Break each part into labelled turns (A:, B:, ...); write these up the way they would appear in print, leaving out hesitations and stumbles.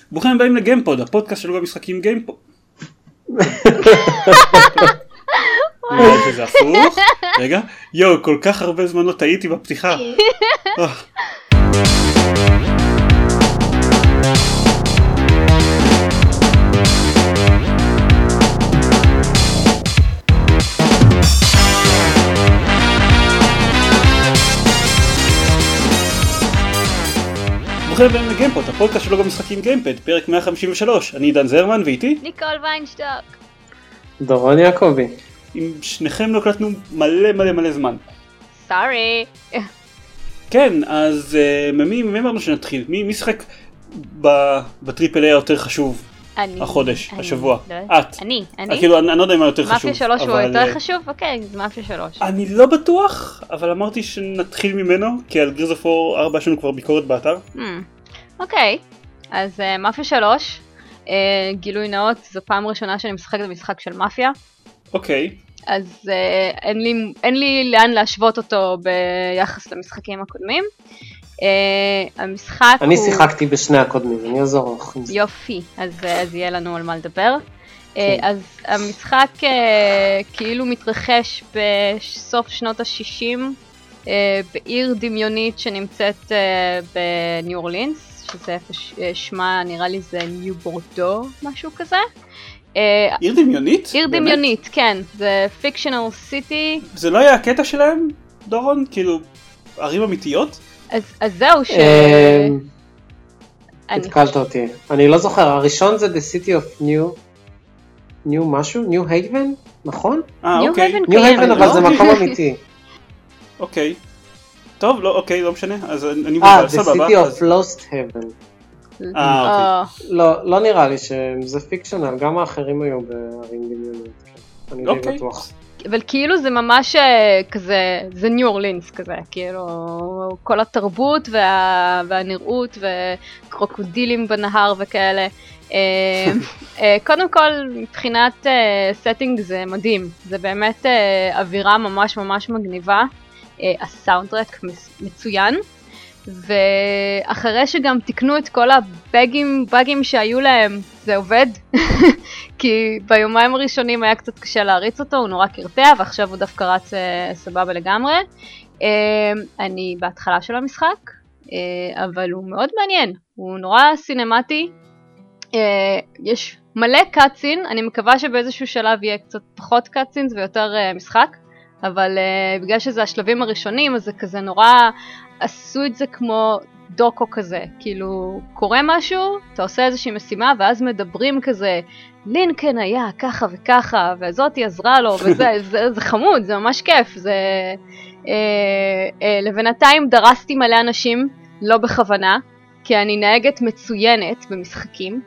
A: ברוכים הבאים לגיימפוד, הפודקאסט שלו במשחקים גיימפוד. זה הפוך. רגע, יו, כל כך הרבה זמן לא טעיתי בפתיחה. ברוכים הבאים לגיימפוד, הפודקאסט שלו במשחקים גיימפד, פרק 153. אני עידן זרמן ואיתי
B: ניקול ויינשטוק,
C: דורון יעקבי.
A: עם שניכם לא הקלטנו מלא זמן.
B: סורי.
A: כן, אז מי אמרנו שנתחיל? מי משחק בטריפל איי יותר חשוב החודש, השבוע? את.
B: אני.
A: כאילו, אני לא יודע מה יותר חשוב.
B: מאפיה 3 הוא יותר חשוב? אוקיי, זה מאפיה 3.
A: אני לא בטוח, אבל אמרתי שנתחיל ממנו, כי על Gears of War 4 יש לנו כבר ביקורת באתר.
B: אוקיי, אז מאפיה 3, גילוי נאות, זו פעם ראשונה שאני משחקת במשחק של מאפיה.
A: אוקיי.
B: אז אין לי לאן להשוות אותו ביחס למשחקים הקודמים. המשחק
C: אני שיחקתי בשני הקודמים, אני אעזור לך.
B: יופי, אז יהיה לנו על מה לדבר. אז המשחק כאילו מתרחש בסוף שנות ה-60 בעיר דמיונית שנמצאת בניו אורלינס, שזה איפה שמה, נראה לי זה ניו בורדו, משהו כזה.
A: עיר דמיונית?
B: עיר דמיונית, כן, זה פיקשנל סיטי.
A: זה לא היה הקטע שלהם, דורון? כאילו, ערים אמיתיות?
B: אז זהו
C: התקלת אותי, אני לא זוכר, הראשון זה The City of New משהו? New Haven, נכון?
A: אוקיי.
C: New Haven, אבל זה מקום אמיתי.
A: אוקיי. טוב, לא, אוקיי, לא משנה, אז אני
C: The City of Lost Haven.
A: אוקיי.
C: לא נראה לי שזה פיקשנל, גם האחרים היו בערים דמיוניות, אני די בטוח.
B: אבל כאילו זה ממש כזה, זה ניו אורלינס כזה, כאילו כל התרבות והנראות וקרוקודילים בנהר וכאלה. קודם כל מבחינת סטינג זה מדהים, זה באמת אווירה ממש מגניבה, הסאונדטרק מצוין, ואחרי שגם תקנו את כל הבאגים שהיו להם, זה עובד, כי ביומיים הראשונים היה קצת קשה להריץ אותו, הוא נורא קרטע, ועכשיו הוא דווקא רץ סבבה לגמרי. אני בהתחלה של המשחק, אבל הוא מאוד מעניין, הוא נורא סינמטי, יש מלא קאטסין, אני מקווה שבאיזשהו שלב יהיה קצת פחות קאטסינס ויותר משחק, אבל בגלל שזה השלבים הראשונים, אז זה כזה נורא, עשו את זה כמו דוקו כזה, כאילו קורה משהו, אתה עושה איזושהי משימה, ואז מדברים כזה, לינקן היה ככה וככה, וזאתי עזרה לו, וזה זה חמוד, זה ממש כיף, זה... לבינתיים דרסתי מלא אנשים, לא בכוונה, כי אני נהגת מצוינת במשחקים,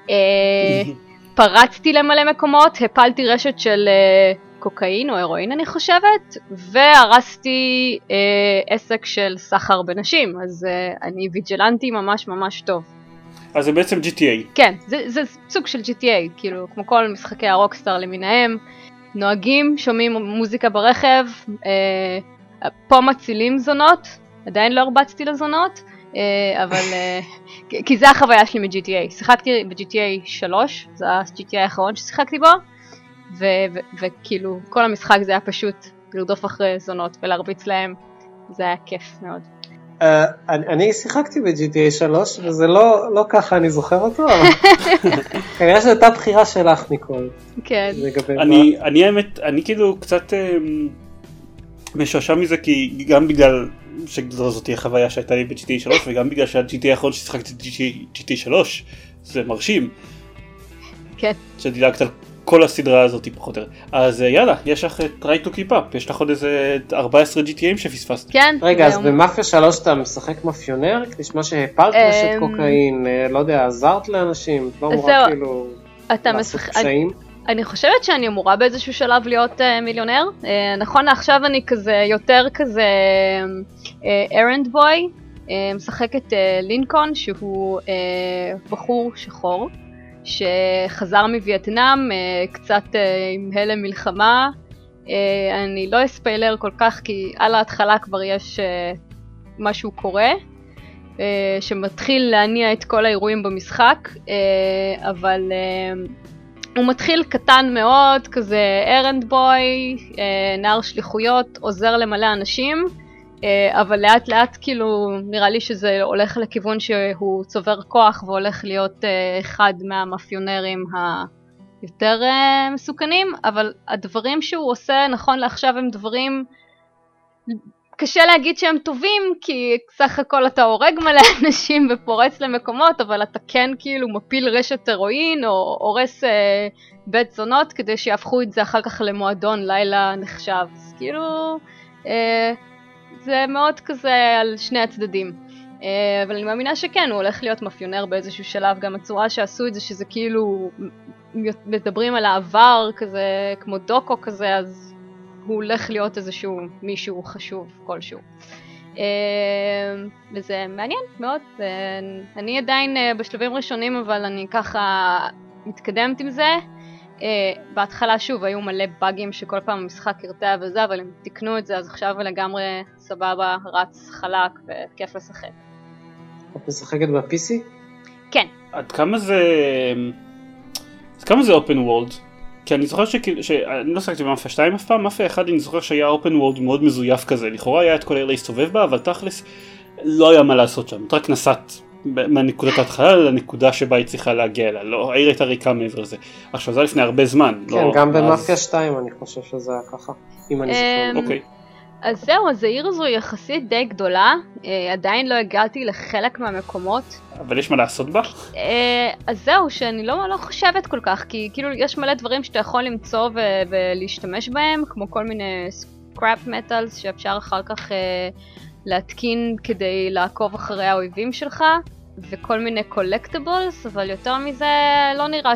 B: פרצתי למלא מקומות, הפלתי רשת של קוקאין או הרואין אני חושבת, והרסתי עסק של סחר בנשים, אז אני ויג'לנטי ממש טוב.
A: אז זה בעצם GTA.
B: כן, זה סוג של GTA, כאילו כמו כל משחקי הרוקסטאר למיניהם, נוהגים, שומעים מוזיקה ברכב, פה מצילים זונות, עדיין לא הרבצתי לזונות, אבל כי זה החוויה שלי מ-GTA, שיחקתי ב-GTA 3, זה ה-GTA האחרון ששיחקתי בו, וכאילו כל המשחק זה היה פשוט לרדוף אחרי זונות ולהרביץ להם, זה היה כיף מאוד.
C: אני שיחקתי ב-GTA 3 וזה לא ככה אני זוכר אותו, אבל כנראה שהייתה בחירה שלך ניקול.
B: כן.
A: אני האמת, אני כאילו קצת משועשע מזה, כי גם בגלל שזאת תהיה חוויה שהייתה לי ב-GTA 3 וגם בגלל שה-GTA האחרון ששיחקתי GTA 3 זה מרשים.
B: כן.
A: שדילגת על כל הסדרה הזאת פחות או יותר. אז יאללה, יש לך try to keep up, יש לך עוד איזה 14 GTA'ים שפספסת.
B: כן.
C: רגע, אז במאפיה 3 אתה משחק מאפיונר? נשמע שהפלת רשת קוקאין, לא יודע, עזרת לאנשים, לא אמורה כאילו לעשות קשיים?
B: אני חושבת שאני אמורה באיזשהו שלב להיות מיליונר. נכון, עכשיו אני כזה, יותר כזה errand boy, משחק את לינקון, שהוא בחור שחור, שחזר מווייטנאם, קצת עם הלם מלחמה. אני לא אספיילר כל כך, כי על ההתחלה כבר יש משהו קורה. שמתחיל להניע את כל האירועים במשחק, אבל הוא מתחיל קטן מאוד, כזה ארנד בוי, נער שליחויות, עוזר למלא אנשים, אבל לאט לאט כאילו נראה לי שזה הולך לכיוון שהוא צובר כוח והולך להיות אחד מהמאפיונרים היותר מסוכנים, אבל הדברים שהוא עושה נכון לעכשיו הם דברים, קשה להגיד שהם טובים, כי סך הכל אתה הורג מלא אנשים ופורץ למקומות, אבל אתה כן כאילו מפיל רשת הרואין או הורס בית זונות כדי שיהפכו את זה אחר כך למועדון לילה נחשב. אז כאילו זה מאוד כזה על שני הצדדים. אבל אני מאמינה שכן, הוא הולך להיות מאפיונר באיזשהו שלב, גם הצורה שעשו את זה שזה כאילו מדברים על העבר כזה, כמו דוקו כזה, אז הוא הולך להיות איזשהו מישהו חשוב כלשהו. וזה מעניין מאוד. אני עדיין בשלבים ראשונים, אבל אני ככה מתקדמת עם זה. בהתחלה שוב היו מלא באגים שכל פעם המשחק הרתע וזה, אבל הם תיקנו את זה, אז עכשיו לגמרי סבבה, רץ חלק וכיף לשחק.
C: את משחקת ב-PC?
B: כן.
A: עד כמה זה open world? כי אני זוכר שאני לא שחקתי במאפיה 2 אף פעם, מאפיה 1 אני זוכר שהיה open world מאוד מזויף כזה, לכאורה היה את כל אלה להסתובב בה, אבל תכלס לא היה מה לעשות שם, רק נסעת מהנקודת ההתחלה לנקודה שבה היא צריכה להגיע אליה, לא, העיר הייתה ריקה מעבר לזה. עכשיו זה לפני הרבה זמן.
C: כן, לא, גם במאפיה 2 אני חושב שזה היה ככה, אם אני זוכר.
A: אוקיי.
B: אז זהו, אז העיר הזו יחסית די גדולה, עדיין לא הגעתי לחלק מהמקומות.
A: אבל יש מה לעשות בה?
B: אז זהו, שאני לא חושבת כל כך, כי כאילו יש מלא דברים שאתה יכול למצוא ולהשתמש בהם, כמו כל מיני scrap metals שאפשר אחר כך להתקין כדי לעקוב אחרי האויבים שלך, וכל מיני collectibles, אבל יותר מזה לא נראה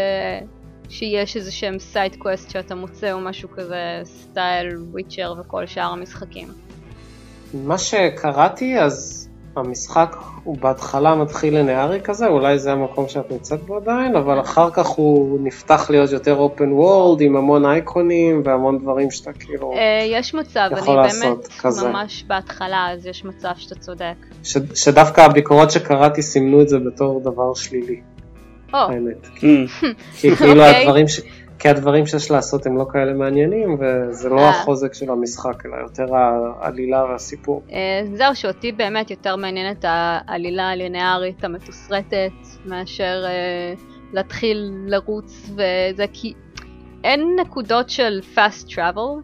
B: שיש איזה שהם סייד קווסט שאתה מוצא או משהו כזה סטייל וויצ'ר וכל שאר המשחקים.
C: מה שקראתי, אז המשחק הוא בהתחלה מתחיל לנהרי כזה, אולי זה המקום שאת נמצאת בו עדיין, אבל אחר כך הוא נפתח להיות יותר אופן וורלד עם המון אייקונים והמון דברים שאתה כאילו
B: יש מצב, אני באמת כזה. ממש בהתחלה, אז יש מצב שאתה צודק.
C: שדווקא הביקורות שקראתי סימנו את זה בתור דבר שלילי. האמת. כי כאילו הדברים שיש לעשות הם לא כאלה מעניינים, וזה לא החוזק של המשחק, אלא יותר העלילה והסיפור.
B: זהו, שאותי באמת יותר מעניינת העלילה הלינארית המתוסרטת, מאשר להתחיל לרוץ וזה, כי אין נקודות של fast travel,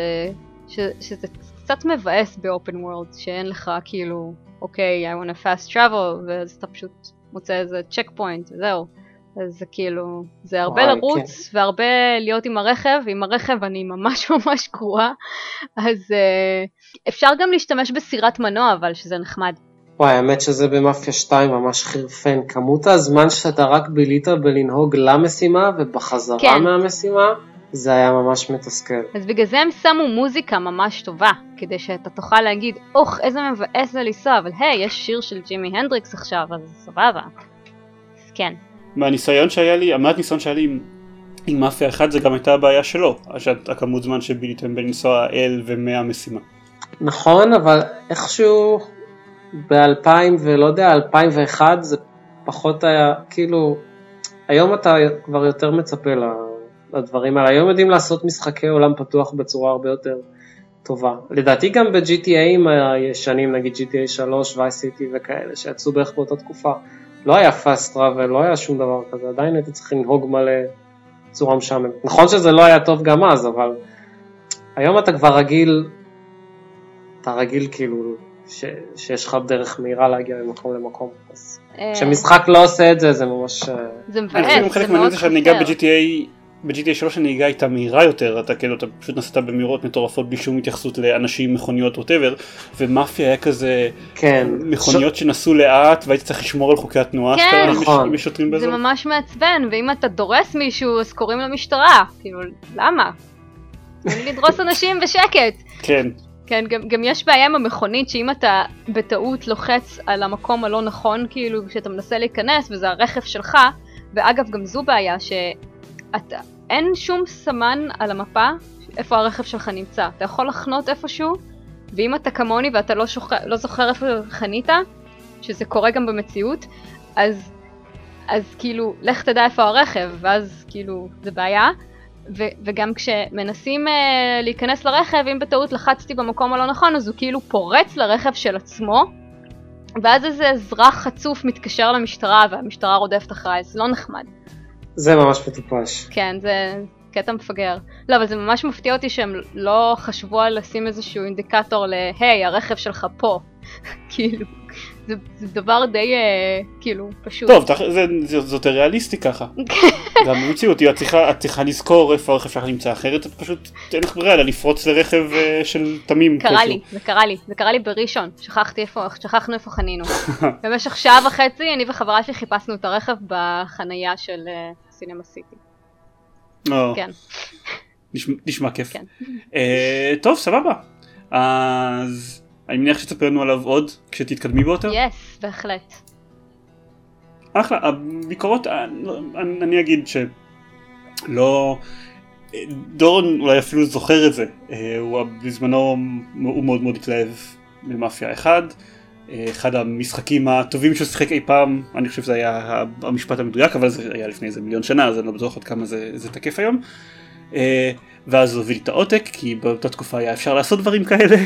B: שזה קצת מבאס באופן וורלד, שאין לך כאילו, אוקיי, I want to fast travel, ואז אתה פשוט מוצא איזה צ'ק פוינט, וזהו. אז זה כאילו, זה הרבה לרוץ, כן. והרבה להיות עם הרכב, ועם הרכב אני ממש ממש קרואה, אז אפשר גם להשתמש בסירת מנוע, אבל שזה נחמד.
C: וואי, האמת שזה במאפיה 2 ממש חירפן, כמות הזמן שאתה רק בילית בלנהוג למשימה, ובחזרה כן. מהמשימה, זה היה ממש מתסכל.
B: אז בגלל זה הם שמו מוזיקה ממש טובה, כדי שאתה תוכל להגיד, אוח, איזה מבאס זה לנסוע, אבל היי, יש שיר של ג'ימי הנדריקס עכשיו, אז סבבה. אז כן.
A: מהניסיון שהיה לי, המעט ניסיון שהיה לי עם מאפיה 1, זה גם הייתה הבעיה שלו, הכמות זמן שביליתם בלנסוע אל ומהמשימה.
C: נכון, אבל איכשהו ב-2000 ולא יודע, 2001 זה פחות היה, כאילו, היום אתה כבר יותר מצפה לדברים האלה, היום יודעים לעשות משחקי עולם פתוח בצורה הרבה יותר טובה. לדעתי גם ב-GTA'ים הישנים, נגיד GTA 3, Vice City וכאלה, שיצאו בערך באותה תקופה, לא היה fast travel, לא היה שום דבר כזה, עדיין הייתי צריך לנהוג מלא צורה משעמם. נכון שזה לא היה טוב גם אז, אבל היום אתה כבר רגיל, כאילו שיש לך דרך מהירה להגיע ממקום למקום. אז כשמשחק לא עושה את זה, זה ממש...
B: זה מבאס,
A: חלק מעניין זה שהנהיגה ב-GTA 3 הנהיגה הייתה מהירה יותר, אתה פשוט נסעת במהירות מטורפות בלי שום התייחסות לאנשים, מכוניות, whatever, ומאפיה היה כזה מכוניות שנסעו לאט, והיית צריך לשמור על חוקי התנועה שאתה משוטרים באזור.
B: זה ממש מעצבן, ואם אתה דורס מישהו, אז קוראים למשטרה, כאילו, למה? לדרוס אנשים בשקט.
A: כן.
B: כן, גם יש בעיה עם המכונית, שאם אתה בטעות לוחץ על המקום הלא נכון, כאילו, כשאתה מנסה להיכנס, וזה הרכב שלך, ואגב, גם זו בעיה אין שום סמן על המפה איפה הרכב שלך נמצא. אתה יכול לחנות איפשהו, ואם אתה כמוני ואתה לא זוכר איפה חנית, שזה קורה גם במציאות, אז כאילו, לך תדע איפה הרכב, ואז כאילו, זה בעיה. וגם כשמנסים להיכנס לרכב, אם בטעות לחצתי במקום הלא נכון, אז הוא כאילו פורץ לרכב של עצמו, ואז איזה אזרח חצוף מתקשר למשטרה, והמשטרה רודפת אחריי, זה לא נחמד.
C: זה ממש מטופש.
B: כן, זה קטע מפגר. לא, אבל זה ממש מפתיע אותי שהם לא חשבו על לשים איזשהו אינדיקטור להי, הרכב שלך פה. כאילו, זה דבר די, כאילו, פשוט.
A: טוב, זאת ריאליסטי ככה. גם במציאות, את צריכה לזכור איפה הרכב שלך נמצא, אחרת את פשוט אין לך ברירה, אלא לפרוץ לרכב של תמים.
B: זה קרה לי בראשון, שכחנו איפה חנינו. במשך שעה וחצי, אני וחברה שלי חיפשנו את הרכב בחנייה של סינמה סיטי. כן.
A: נשמע כיף. טוב, סבבה. אז אני מניח שתספר לנו עליו עוד כשתתקדמי בו יותר?
B: יס, בהחלט.
A: אחלה, הביקורות, אני אגיד שלא, דורון אולי אפילו זוכר את זה, הוא בזמנו הוא מאוד מאוד התלהב במאפיה 1, אחד המשחקים הטובים שהוא שיחק אי פעם, אני חושב שזה היה המשפט המדויק, אבל זה היה לפני איזה מיליון שנה, אז אני לא בטוח עוד כמה זה תקף היום. ואז הוא הוביל את העותק, כי באותה תקופה היה אפשר לעשות דברים כאלה,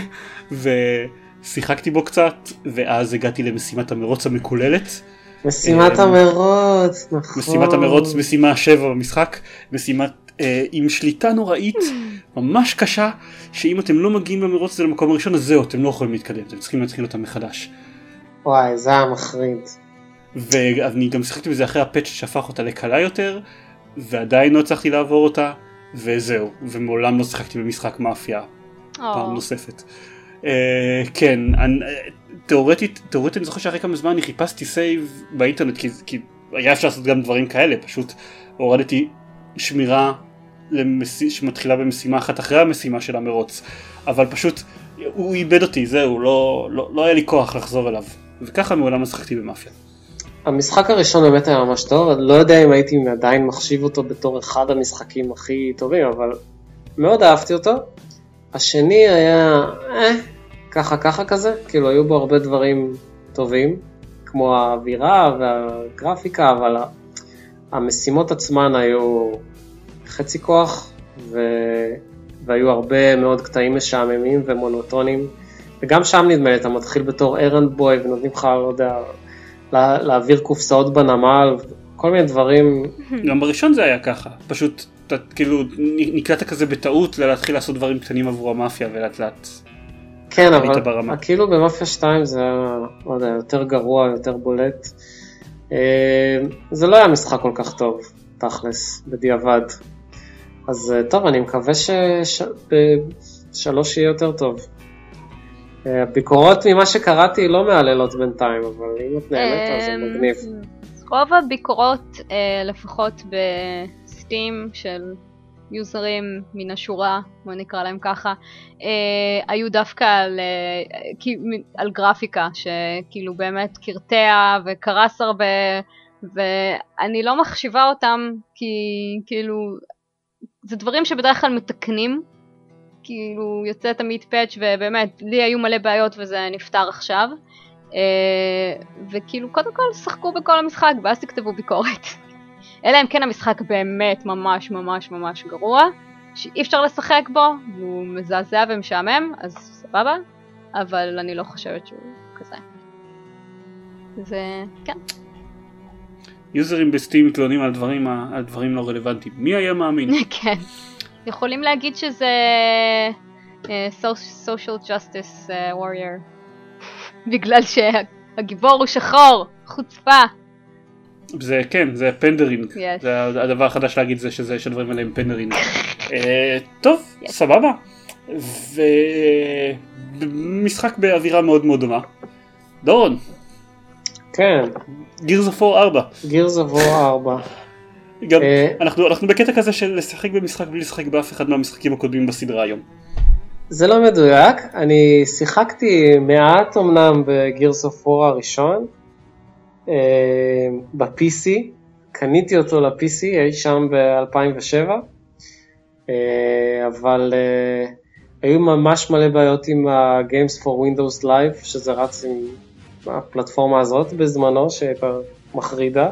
A: ושיחקתי בו קצת, ואז הגעתי למשימת המרוץ המקוללת.
C: משימת המרוץ, נכון.
A: משימת המרוץ, משימה 7 במשחק, משימת עם שליטה נוראית, ממש קשה, שאם אתם לא מגיעים במרוץ הזה למקום הראשון, אז זהו, אתם לא יכולים להתקדם, אתם צריכים להתחיל אותם מחדש.
C: וואי, זה היה מחריד.
A: ואני גם שיחקתי בזה אחרי הפאץ' שהפך אותה לקלה יותר, ועדיין לא הצלחתי לעבור אותה, וזהו, ומעולם לא שיחקתי במשחק מאפיה פעם נוספת. כן, תיאורטית אני זוכר שאחרי כמה זמן אני חיפשתי סייב באינטרנט, כי היה אפשר לעשות גם דברים כאלה, פשוט הורדתי שמירה שמתחילה במשימה אחת אחרי המשימה של המרוץ, אבל פשוט הוא איבד אותי, זהו, לא היה לי כוח לחזור אליו, וככה מעולם לא שיחקתי במאפיה.
C: המשחק הראשון באמת היה ממש טוב, אני לא יודע אם הייתי עדיין מחשיב אותו בתור אחד המשחקים הכי טובים, אבל מאוד אהבתי אותו. השני היה ככה כזה, כאילו היו בו הרבה דברים טובים, כמו האווירה והגרפיקה, אבל המשימות עצמן היו חצי כוח, והיו הרבה מאוד קטעים משעממים ומונוטונים, וגם שם נדמה לי, אתה מתחיל בתור ארנד בוי, ונותנים לך, לא יודע, להעביר קופסאות בנמל, כל מיני דברים.
A: גם בראשון זה היה ככה, פשוט אתה כאילו נקלעת כזה בטעות להתחיל לעשות דברים קטנים עבור המאפיה ולאט לאט.
C: כן, אבל כאילו במאפיה 2 זה היה, לא יודע, יותר גרוע, יותר בולט. זה לא היה משחק כל כך טוב, תכלס, בדיעבד. אז טוב, אני מקווה ש3 יהיה יותר טוב. הביקורות ממה שקראתי לא מעללות בינתיים, אבל אם את נהנית אז זה מגניב.
B: רוב הביקורות, לפחות בסטים של יוזרים מן השורה, בוא נקרא להם ככה, היו דווקא על גרפיקה, שכאילו באמת קרטע וקרס הרבה, ואני לא מחשיבה אותם, כי כאילו, זה דברים שבדרך כלל מתקנים, כאילו יוצא תמיד פאץ' ובאמת לי היו מלא בעיות וזה נפתר עכשיו, וכאילו קודם כל שחקו בכל המשחק ואז תכתבו ביקורת, אלא אם כן המשחק באמת ממש ממש ממש גרוע שאי אפשר לשחק בו והוא מזעזע ומשעמם, אז סבבה, אבל אני לא חושבת שהוא כזה. זה כן,
A: יוזרים בסטים מתלוננים על דברים לא רלוונטיים, מי היה מאמין?
B: כן, יכולים להגיד שזה social justice warrior, בגלל שהגיבור הוא שחור, חוצפה.
A: זה כן, זה פנדרינג, זה הדבר החדש להגיד זה שהדברים האלה הם פנדרינג. טוב, סבבה. ומשחק באווירה מאוד מאוד דומה. דורון.
C: כן.
A: Gears of War 4.
C: Gears of War 4.
A: גם, אנחנו בקטע כזה של לשחק במשחק בלי לשחק באף אחד מהמשחקים הקודמים בסדרה היום.
C: זה לא מדויק, אני שיחקתי מעט אמנם בגירס אוף וור הראשון, ב-PC, קניתי אותו ל-PC אי שם ב-2007, אבל היו ממש מלא בעיות עם ה-Games for Windows Live, שזה רץ עם הפלטפורמה הזאת בזמנו, שהייתה מחרידה,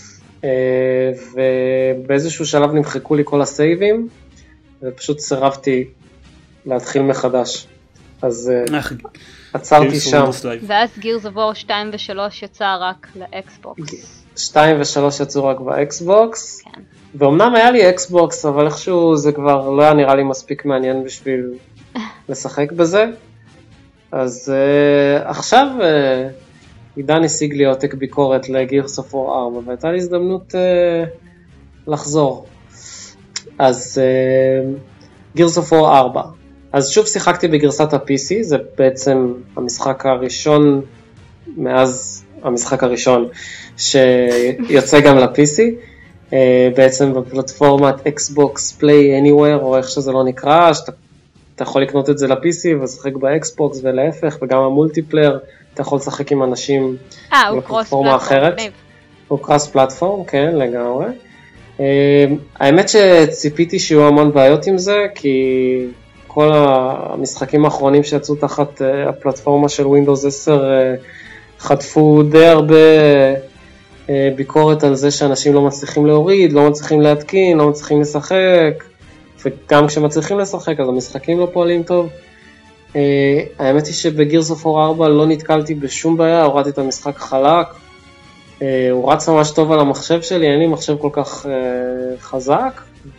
C: ובאיזשהו שלב נמחקו לי כל הסייבים, ופשוט סירבתי להתחיל מחדש. אז עצרתי שם.
B: ואז Gears of War 2 ו-3 יצא רק לאקסבוקס.
C: 2 ו-3 יצאו רק באקסבוקס.
B: כן.
C: ואומנם היה לי אקסבוקס, אבל איכשהו זה כבר לא היה נראה לי מספיק מעניין בשביל לשחק בזה. אז עכשיו עידן השיג לי עותק ביקורת ל-Gears of War 4, והייתה לי הזדמנות לחזור. אז Gears of War 4. אז שוב שיחקתי בגרסת ה-PC, זה בעצם המשחק הראשון, מאז המשחק הראשון, שיוצא גם ל-PC, בעצם בפלטפורמת Xbox Play Anywhere, או איך שזה לא נקרא, שאתה יכול לקנות את זה ל-PC ולשחק ב-Xbox ולהפך, וגם המולטיפלייר, אתה יכול לשחק עם אנשים בפלטפורמה אחרת. הוא קרוס פלטפורם, כן, לגמרי. האמת שציפיתי שיהיו המון בעיות עם זה, כי כל המשחקים האחרונים שיצאו תחת הפלטפורמה של Windows 10 חטפו די הרבה ביקורת על זה שאנשים לא מצליחים להוריד, לא מצליחים להתקין, לא מצליחים לשחק, וגם כשמצליחים לשחק אז המשחקים לא פועלים טוב. האמת היא שבגירס אוף וור 4 לא נתקלתי בשום בעיה, הורדתי את המשחק חלק, הוא רץ ממש טוב על המחשב שלי, אין לי מחשב כל כך חזק,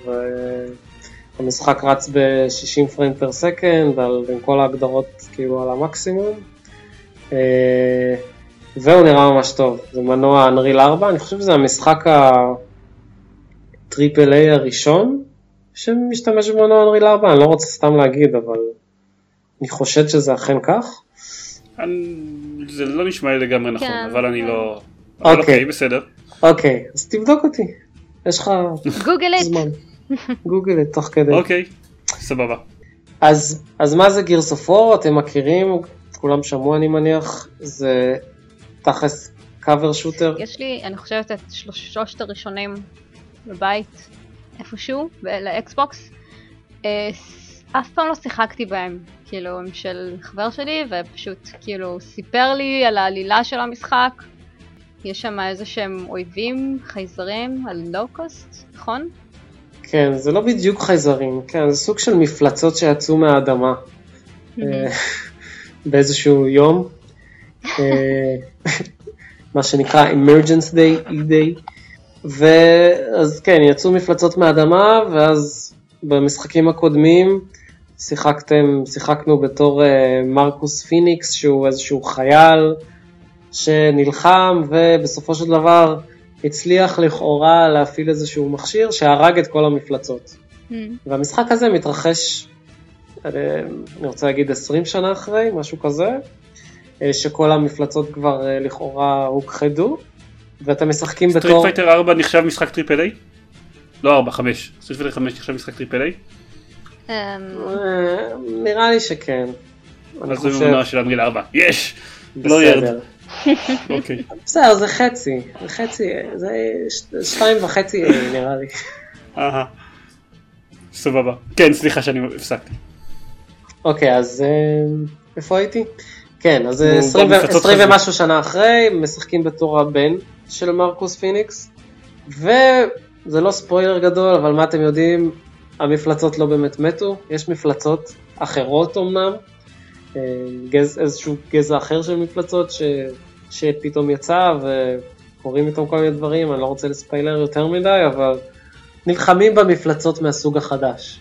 C: והמשחק רץ ב-60 פריים פר סקנד, עם כל ההגדרות כאילו על המקסימום, והוא נראה ממש טוב. זה מנוע אנריל 4, אני חושב שזה המשחק הטריפל איי הראשון שמשתמש במנוע אנריל 4, אני לא רוצה סתם להגיד, אבל אני חושד שזה אכן כך.
A: זה לא נשמע לי לגמרי נכון, אבל אני לא...
C: אוקיי,
A: בסדר.
C: אוקיי, אז תבדוק אותי. יש לך
B: זמן.
C: גוגל את תוך כדי.
A: אוקיי, סבבה.
C: אז מה זה Gears of War? אתם מכירים, כולם שמעו אני מניח, זה תכלס קאבר שוטר.
B: יש לי, אני חושבת את שלושת הראשונים בבית, איפשהו, לאקסבוקס. אף פעם לא שיחקתי בהם, כאילו הם של חבר שלי, ופשוט כאילו סיפר לי על העלילה של המשחק. יש שם איזה שהם אויבים, חייזרים, על לואו-קוסט, נכון?
C: כן, זה לא בדיוק חייזרים, כן, זה סוג של מפלצות שיצאו מהאדמה באיזשהו יום, מה שנקרא Emergence Day, ואז כן, יצאו מפלצות מהאדמה, ואז במשחקים הקודמים שיחקנו בתור מרקוס פיניקס, שהוא איזשהו חייל שנלחם, ובסופו של דבר הצליח לכאורה להפעיל איזשהו מכשיר שהרג את כל המפלצות. והמשחק הזה מתרחש, אני רוצה להגיד 20 שנה אחרי, משהו כזה, שכל המפלצות כבר לכאורה הוכחדו, ואתם משחקים בתור...
A: סטריט פייטר 4 נחשב משחק טריפל איי? לא 4, 5. סטריט פייטר 5 נחשב משחק טריפל איי?
C: נראה לי שכן.
A: אז זה מנוע של אנריל 4. יש! לא ירד. אוקיי.
C: בסדר, זה חצי, זה 2.5 נראה לי.
A: סבבה. כן, סליחה שאני הפסקתי.
C: אוקיי, אז איפה הייתי? כן, אז 20 ומשהו שנה אחרי, משחקים בתור הבן של מרקוס פיניקס, וזה לא ספוילר גדול, אבל מה אתם יודעים, המפלצות לא באמת מתו, יש מפלצות אחרות אמנם, איזשהו גזע אחר של מפלצות שפתאום יצא וקוראים איתם כל מיני דברים, אני לא רוצה לספיילר יותר מדי, אבל נלחמים במפלצות מהסוג החדש.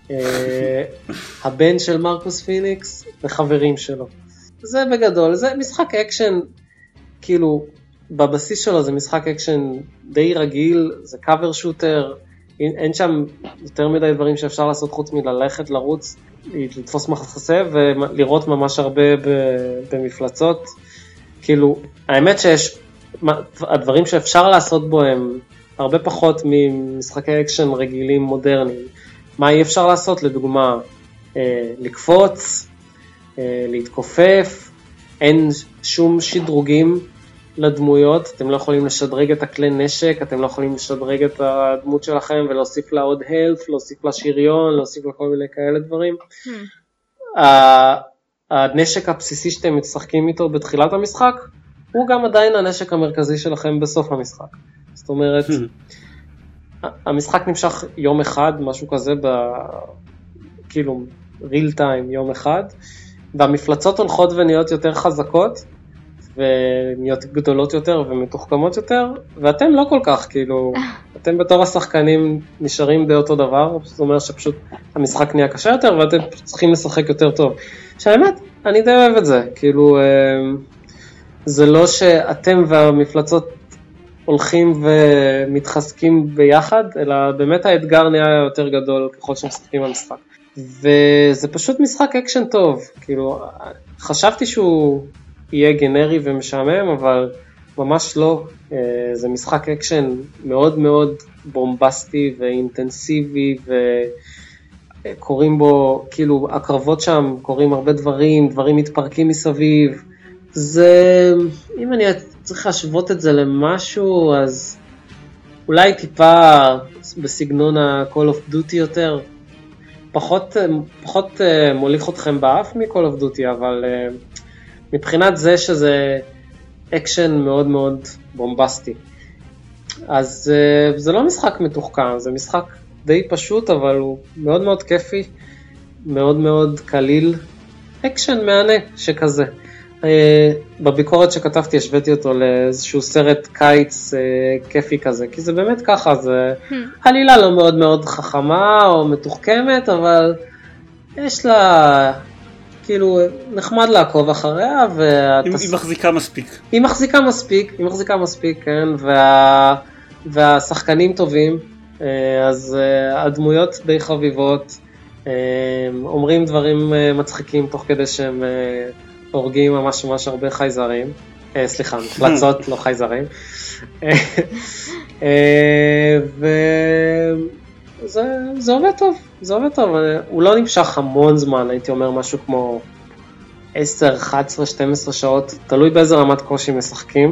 C: הבן של מרקוס פיניקס וחברים שלו. זה בגדול, זה משחק אקשן, כאילו בבסיס שלו זה משחק אקשן די רגיל, זה קאבר שוטר, אין שם יותר מדי דברים שאפשר לעשות חוץ מללכת, לרוץ, לתפוס מחסה ולראות ממש הרבה במפלצות. כאילו, האמת שיש, הדברים שאפשר לעשות בו הם הרבה פחות ממשחקי אקשן רגילים מודרניים. מה אי אפשר לעשות? לדוגמה, לקפוץ, להתכופף, אין שום שדרוגים לדמויות, אתם לא יכולים לשדרג את הכלי נשק, אתם לא יכולים לשדרג את הדמות שלכם ולהוסיף לה עוד health, להוסיף לה שריון, להוסיף לה כל מיני כאלה דברים. הנשק הבסיסי שאתם משחקים איתו בתחילת המשחק, הוא גם עדיין הנשק המרכזי שלכם בסוף המשחק. זאת אומרת, המשחק נמשך יום אחד, משהו כזה, כאילו real time יום אחד, והמפלצות הולכות ונהיות יותר חזקות, ונהיות גדולות יותר ומתוחכמות יותר, ואתם לא כל כך, כאילו, אתם בתור השחקנים נשארים די אותו דבר, זאת אומרת שפשוט המשחק נהיה קשה יותר, ואתם צריכים לשחק יותר טוב. שהאמת, אני די אוהב את זה, כאילו, זה לא שאתם והמפלצות הולכים ומתחזקים ביחד, אלא באמת האתגר נהיה יותר גדול ככל שמשחקים במשחק. וזה פשוט משחק אקשן טוב, כאילו, חשבתי שהוא יהיה גנרי ומשעמם, אבל ממש לא. זה משחק אקשן מאוד מאוד בומבסטי ואינטנסיבי, וקוראים בו, כאילו, הקרבות שם, קוראים הרבה דברים מתפרקים מסביב. זה, אם אני צריך להשוות את זה למשהו, אז אולי טיפה בסגנון ה-Call of Duty יותר, פחות מוליך אתכם באף מ-Call of Duty, אבל מבחינת זה שזה אקשן מאוד מאוד בומבסטי. אז זה לא משחק מתוחכם, זה משחק די פשוט, אבל הוא מאוד מאוד כיפי, מאוד מאוד קליל, אקשן מענה שכזה. בביקורת שכתבתי השוויתי אותו לאיזשהו סרט קיץ כיפי כזה, כי זה באמת ככה, זה עלילה לא מאוד מאוד חכמה או מתוחכמת, אבל יש לה, כאילו, נחמד לעקוב אחריה,
A: היא מחזיקה מספיק.
C: היא מחזיקה מספיק, כן, והשחקנים טובים, אז הדמויות די חביבות, אומרים דברים מצחיקים תוך כדי שהם הורגים ממש ממש הרבה חייזרים, סליחה, מפלצות, לא חייזרים, וזה עובד טוב, הוא לא נמשך המון זמן, הייתי אומר משהו כמו 10, 11, 12 שעות, תלוי באיזה רמת קושי משחקים,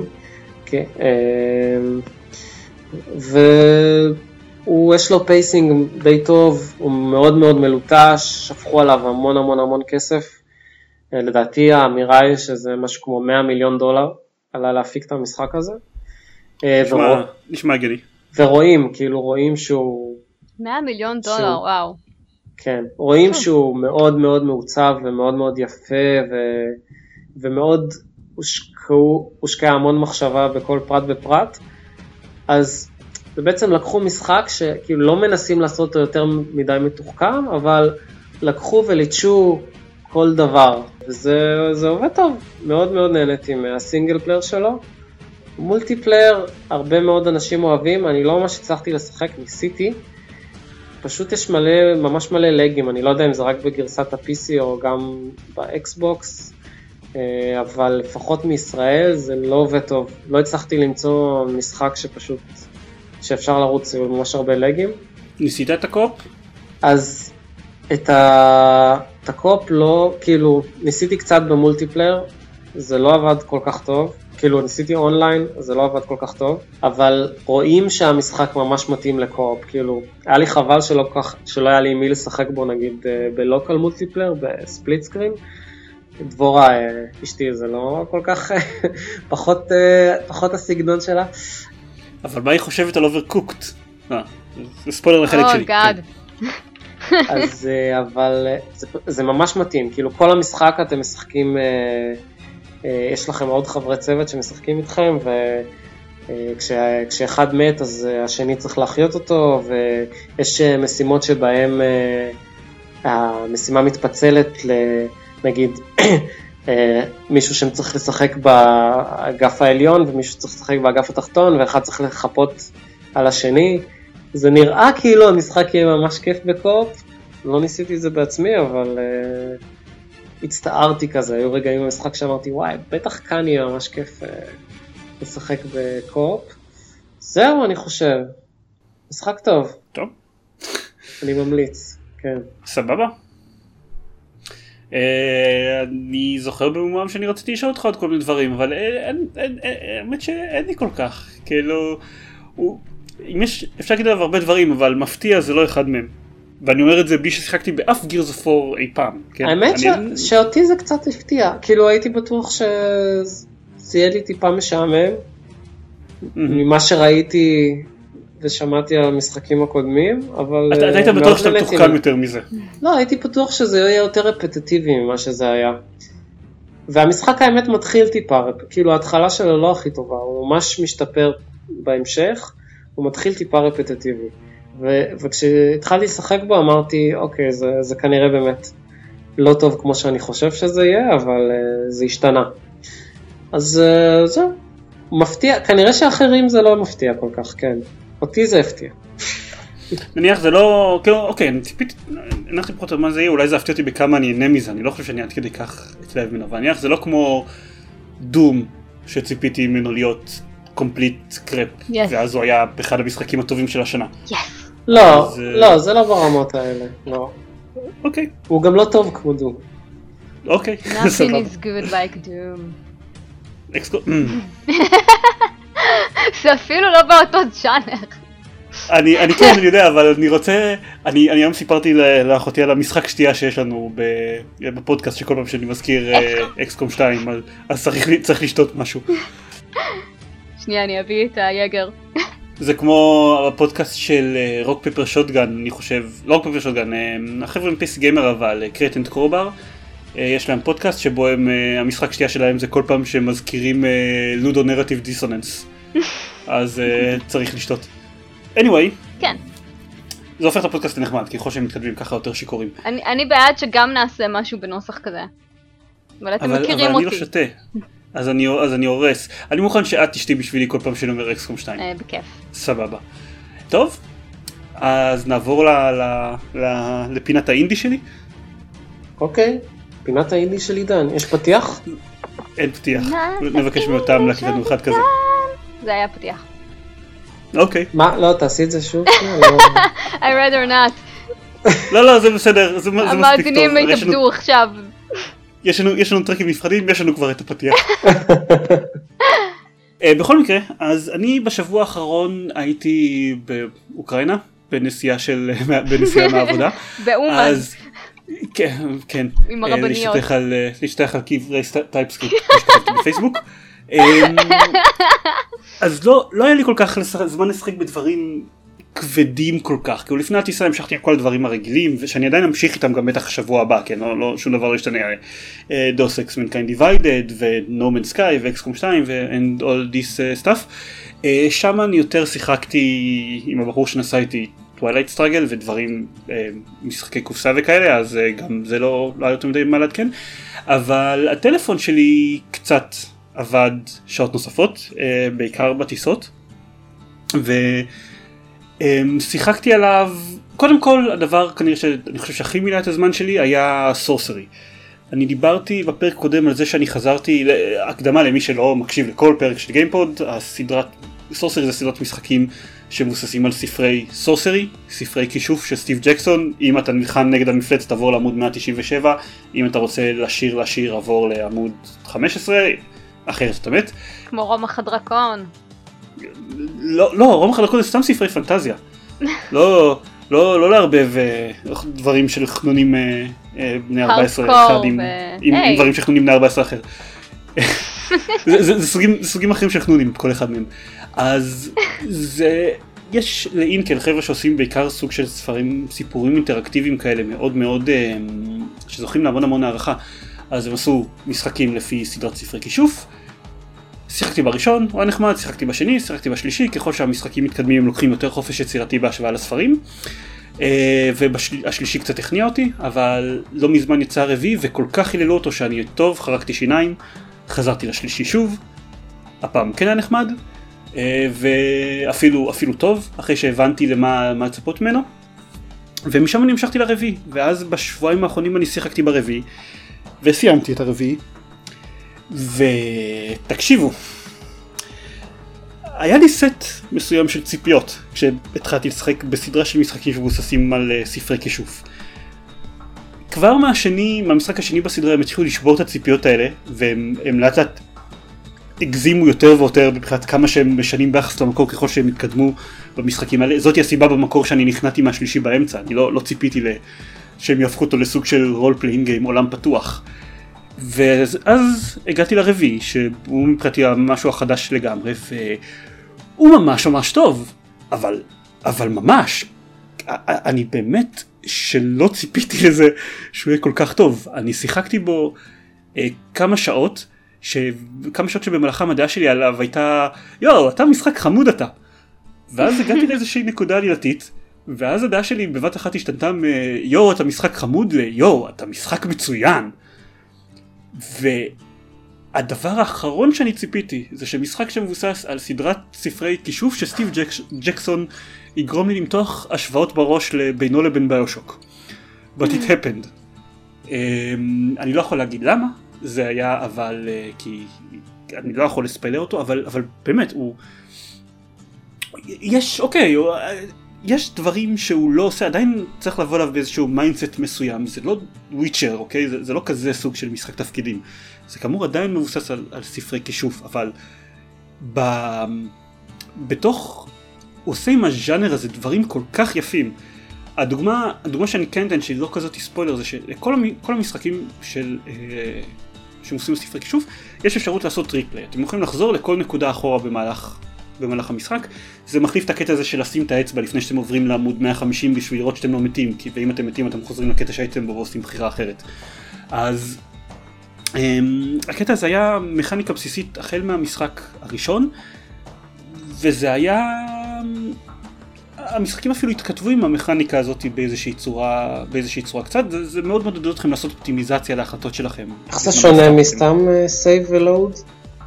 C: ויש לו פייסינג די טוב, הוא מאוד מאוד מלוטש, שפכו עליו המון המון המון כסף, לדעתי האמירה היא שזה משהו כמו $100 מיליון עלה להפיק את המשחק הזה.
A: נשמע הגיוני.
C: ורואים, כאילו רואים שהוא...
B: $100 מיליון, וואו.
C: כן, רואים שהוא מאוד מאוד מעוצב ומאוד מאוד יפה, ומאוד הושקע המון מחשבה בכל פרט ופרט, אז בעצם לקחו משחק שכאילו לא מנסים לעשות אותו יותר מדי מתוחכם, אבל לקחו וליטשו כל דבר, וזה עובד טוב, מאוד מאוד נהניתי מהסינגל פלייר שלו. מולטיפלייר, הרבה מאוד אנשים אוהבים, אני לא ממש הצלחתי לשחק, ניסיתי, פשוט יש ממש מלא לגים, אני לא יודע אם זה רק בגרסת ה-PC או גם באקסבוקס, אבל לפחות מישראל זה לא עובד טוב, לא הצלחתי למצוא משחק שאפשר לרוץ ממש הרבה לגים.
A: ניסית את הקופ?
C: אז את הקופ לא, כאילו, ניסיתי קצת במולטיפלייר, זה לא עבד כל כך טוב, כאילו ניסיתי אונליין, זה לא עבד כל כך טוב, אבל רואים שהמשחק ממש מתאים לקופ, כאילו, היה לי חבל שלא היה לי מי לשחק בו, נגיד, בלוקל מולטיפלייר, בספליט סקרין, דבורה, אשתי, זה לא כל כך, פחות הסגנון שלה.
A: אבל מה היא חושבת על אוברקוקט? זה ספוילר לחלק שלי.
B: גאד.
C: אז אבל זה ממש מתאים, כאילו כל המשחק אתם משחקים, יש לכם עוד חברי צוות שמשחקים איתכם, וכשאחד מת אז השני צריך להחיות אותו, ויש משימות שבהם המשימה מתפצלת נגיד מישהו שצריך לשחק באגף העליון ומישהו צריך לשחק באגף התחתון, ואחד צריך לחפות על השני. זה נראה כאילו המשחק יהיה ממש כיף בקופ, לא ניסיתי את זה בעצמי, אבל הצטערתי כזה, היו רגעים במשחק שאמרתי וואי, בטח כאן יהיה ממש כיף לשחק בקופ. זהו, אני חושב, משחק טוב.
A: טוב.
C: אני ממליץ, כן.
A: סבבה. אני זוכר במומם שאני רציתי לשאול אותך עוד כל מיני דברים, אבל האמת שאין לי כל כך, כאילו, אפשר להגיד עליו הרבה דברים, אבל מפתיע זה לא אחד מהם. ואני אומר את זה בלי ששיחקתי באף Gears of War אי פעם.
C: האמת שאותי זה קצת הפתיע, כאילו הייתי בטוח זה יהיה לי טיפה משעמם, ממה שראיתי ושמעתי על המשחקים הקודמים, אבל...
A: אתה היית בטוח שאתה מתוחכם יותר מזה.
C: לא, הייתי בטוח שזה יהיה יותר רפטטיבי ממה שזה היה. והמשחק האמת מתחיל טיפה, כאילו ההתחלה שלו לא הכי טובה, הוא ממש משתפר בהמשך, הוא מתחיל טיפה רפטטיבי. וכשהתחלתי לשחק בו אמרתי, אוקיי, זה כנראה באמת לא טוב כמו שאני חושב שזה יהיה, אבל זה השתנה. אז זהו, מפתיע, כנראה שאחרים זה לא מפתיע כל כך, כן. אותי זה הפתיע.
A: נניח זה לא, כאילו, אוקיי, אני ציפיתי, הנחתי פחות על מה זה יהיה, אולי זה הפתיע אותי בכמה אני אהנה מזה, אני לא חושב שאני עד כדי כך אצלב ממנו, אבל נניח זה לא כמו דום שציפיתי ממנו להיות קומפליט קרפ, ואז הוא היה באחד המשחקים הטובים של השנה.
C: לא, לא, זה לא ברמות האלה, לא.
A: אוקיי.
C: הוא גם לא טוב כמו דום.
A: אוקיי,
B: Nothing is good like Doom. זה אפילו לא באותו ז'אנר.
A: אני כן, אני יודע, אבל אני רוצה, אני היום סיפרתי לאחותי על המשחק שתייה שיש לנו בפודקאסט, שכל פעם שאני מזכיר אקסקום 2, אז צריך לשתות משהו.
B: שנייה, אני אביא את היגר.
A: זה כמו הפודקאסט של רוק פפר שוטגן, אני חושב, לא רוק פפר שוטגן, החבר'ה מפייס גיימר אבל, קרט אנד קרובר, יש להם פודקאסט שבו המשחק שתייה שלהם זה כל פעם שהם מזכירים לודו נרטיב דיסוננס, אז צריך לשתות. anyway,
B: כן.
A: זה הופך את הפודקאסט לנחמד, כי ככל שהם מתקדמים ככה יותר שיכורים.
B: אני בעד שגם נעשה משהו בנוסח כזה. אבל אתם מכירים אותי.
A: אבל אני לא שותה, אז אני הורס. אני מוכן שאת תשתי בשבילי כל פעם שאני אומר אקסקום 2.
B: בכיף.
A: סבבה. טוב, אז נעבור לפינת האינדי שלי.
C: אוקיי, פינת האינדי של עידן. יש פתיח?
A: אין פתיח. נבקש מאותם להקליט לנו אחד כזה.
B: זה היה פתיח.
A: אוקיי.
C: מה? לא, תעשי את זה שוב.
B: I rather not.
A: לא, זה בסדר, זה מספיק טוב.
B: המאזינים התאבדו עכשיו.
A: יש לנו טרקים נפרדים, יש לנו כבר את הפתיח. בכל מקרה, אז אני בשבוע האחרון הייתי באוקראינה, בנסיעה מהעבודה.
B: באומן.
A: כן.
B: עם הרבניות.
A: להשתתח על קברי טייפסקריפט שכתבתי בפייסבוק. אז לא היה לי כל כך זמן לשחק בדברים כבדים כל כך, כי לפני הטיסה המשכתי על כל הדברים הרגילים, ושאני עדיין אמשיך איתם גם בטח השבוע הבא, כן, שום דבר לא ישתנה, דוס אקס מנקיינד דיוויידד, ו-No Man's Sky, ו-XCOM 2, and all this stuff. שם אני יותר שיחקתי עם הבחור שנסע איתי Twilight Struggle, ודברים, משחקי קופסה וכאלה, אז גם זה לא היה יותר מדי מה לעדכן, אבל הטלפון שלי קצת עבד שעות נוספות, בעיקר בטיסות, שיחקתי עליו, קודם כל הדבר כנראה שאני חושב שהכי מילא את הזמן שלי היה סורסרי. אני דיברתי בפרק קודם על זה שאני חזרתי, הקדמה למי שלא מקשיב לכל פרק של גיימפוד, סורסרי זה סדרת משחקים שמבוססים על ספרי סורסרי, ספרי כישוף של סטיב ג'קסון. אם אתה נלחם נגד המפלצת תעבור לעמוד 197, אם אתה רוצה לשיר עבור לעמוד 15, אחרת אתה מת.
B: כמו רומח הדרקון.
A: לא, רומח הדרקון זה סתם ספרי פנטזיה. לא לערבב דברים של חנונים בני 14 אחד עם דברים של חנונים בני 14 אחר. זה סוגים אחרים של חנונים, כל אחד מהם. אז יש לאינקל חבר'ה שעושים בעיקר סוג של סיפורים אינטראקטיביים כאלה מאוד מאוד שזוכים להמון המון הערכה. אז הם עשו משחקים לפי סדרת ספרי כישוף. שיחקתי בראשון, הוא היה נחמד, שיחקתי בשני, שיחקתי בשלישי, ככל שהמשחקים מתקדמים הם לוקחים יותר חופש יצירתי בהשוואה לספרים. והשלישי קצת הכניע אותי, אבל לא מזמן יצא הרביעי וכל כך היללו אותו שאני טוב, חרקתי שיניים, חזרתי לשלישי שוב, הפעם כן היה נחמד, ואפילו טוב, אחרי שהבנתי למה לצפות ממנו, ומשם אני המשכתי לרביעי, ואז בשבועיים האחרונים אני שיחקתי ברביעי, וסיימתי את הרביעי, ותקשיבו, היה לי סט מסוים של ציפיות כשהתחלתי לשחק בסדרה של משחקים שמבוססים על ספרי כישוף. כבר מהמשחק השני בסדרה הם התחילו לשבור את הציפיות האלה, והם לאט לאט הגזימו יותר ויותר מבחינת כמה שהם משנים ביחס למקור ככל שהם התקדמו במשחקים האלה. זאת היא הסיבה במקור שאני נכנעתי מהשלישי באמצע, אני לא ציפיתי שהם יהפכו אותו לסוג של role playing game, עולם פתוח. ואז הגעתי לרביעי, שהוא מבחינתי משהו החדש לגמרי, והוא ממש ממש טוב, אבל ממש, אני באמת שלא ציפיתי לזה שהוא יהיה כל כך טוב. אני שיחקתי בו כמה שעות שבמהלכם הדעה שלי עליו הייתה, יואו, אתה משחק חמוד אתה. ואז הגעתי לאיזושהי נקודה עלילתית, ואז הדעה שלי בבת אחת השתנתה יואו, אתה משחק חמוד, יואו, אתה משחק מצוין. והדבר האחרון שאני ציפיתי זה שמשחק שמבוסס על סדרת ספרי כישוף שסטיב ג'קסון יגרום לי למתוח השוואות בראש בינו לבין ביושוק. But it happened. אני לא יכול להגיד למה זה היה, אבל כי אני לא יכול לספיילר אותו, אבל באמת הוא יש דברים שהוא לא עושה, עדיין צריך לבוא אליו באיזשהו מיינדסט מסוים. זה לא וויצ'ר, אוקיי? זה לא כזה סוג של משחק תפקידים. זה כאמור עדיין מבוסס על ספרי כישוף, אבל בתוך הוא עושה עם הז'אנר הזה דברים כל כך יפים. הדוגמה שאני כן אתן, שהיא לא כזאת ספוילר, זה שכל המשחקים שמוסים בספרי כישוף, יש אפשרות לעשות ריפליי. אתם יכולים לחזור לכל נקודה אחורה במהלך המשחק. זה מחליף את הקטע הזה של לשים את האצבע לפני שאתם עוברים לעמוד 150 בשביל לראות שאתם לא מתים, ואם אתם מתים אתם חוזרים לקטע שהייתם בו ועושים בחירה אחרת. אז הקטע הזה היה מכניקה בסיסית החל מהמשחק הראשון, וזה היה, המשחקים אפילו התכתבו עם המכניקה הזאת באיזושהי צורה קצת. זה מאוד מעודד אתכם לעשות אופטימיזציה להחלטות שלכם.
C: איך זה שונה מסתם save ולואוד?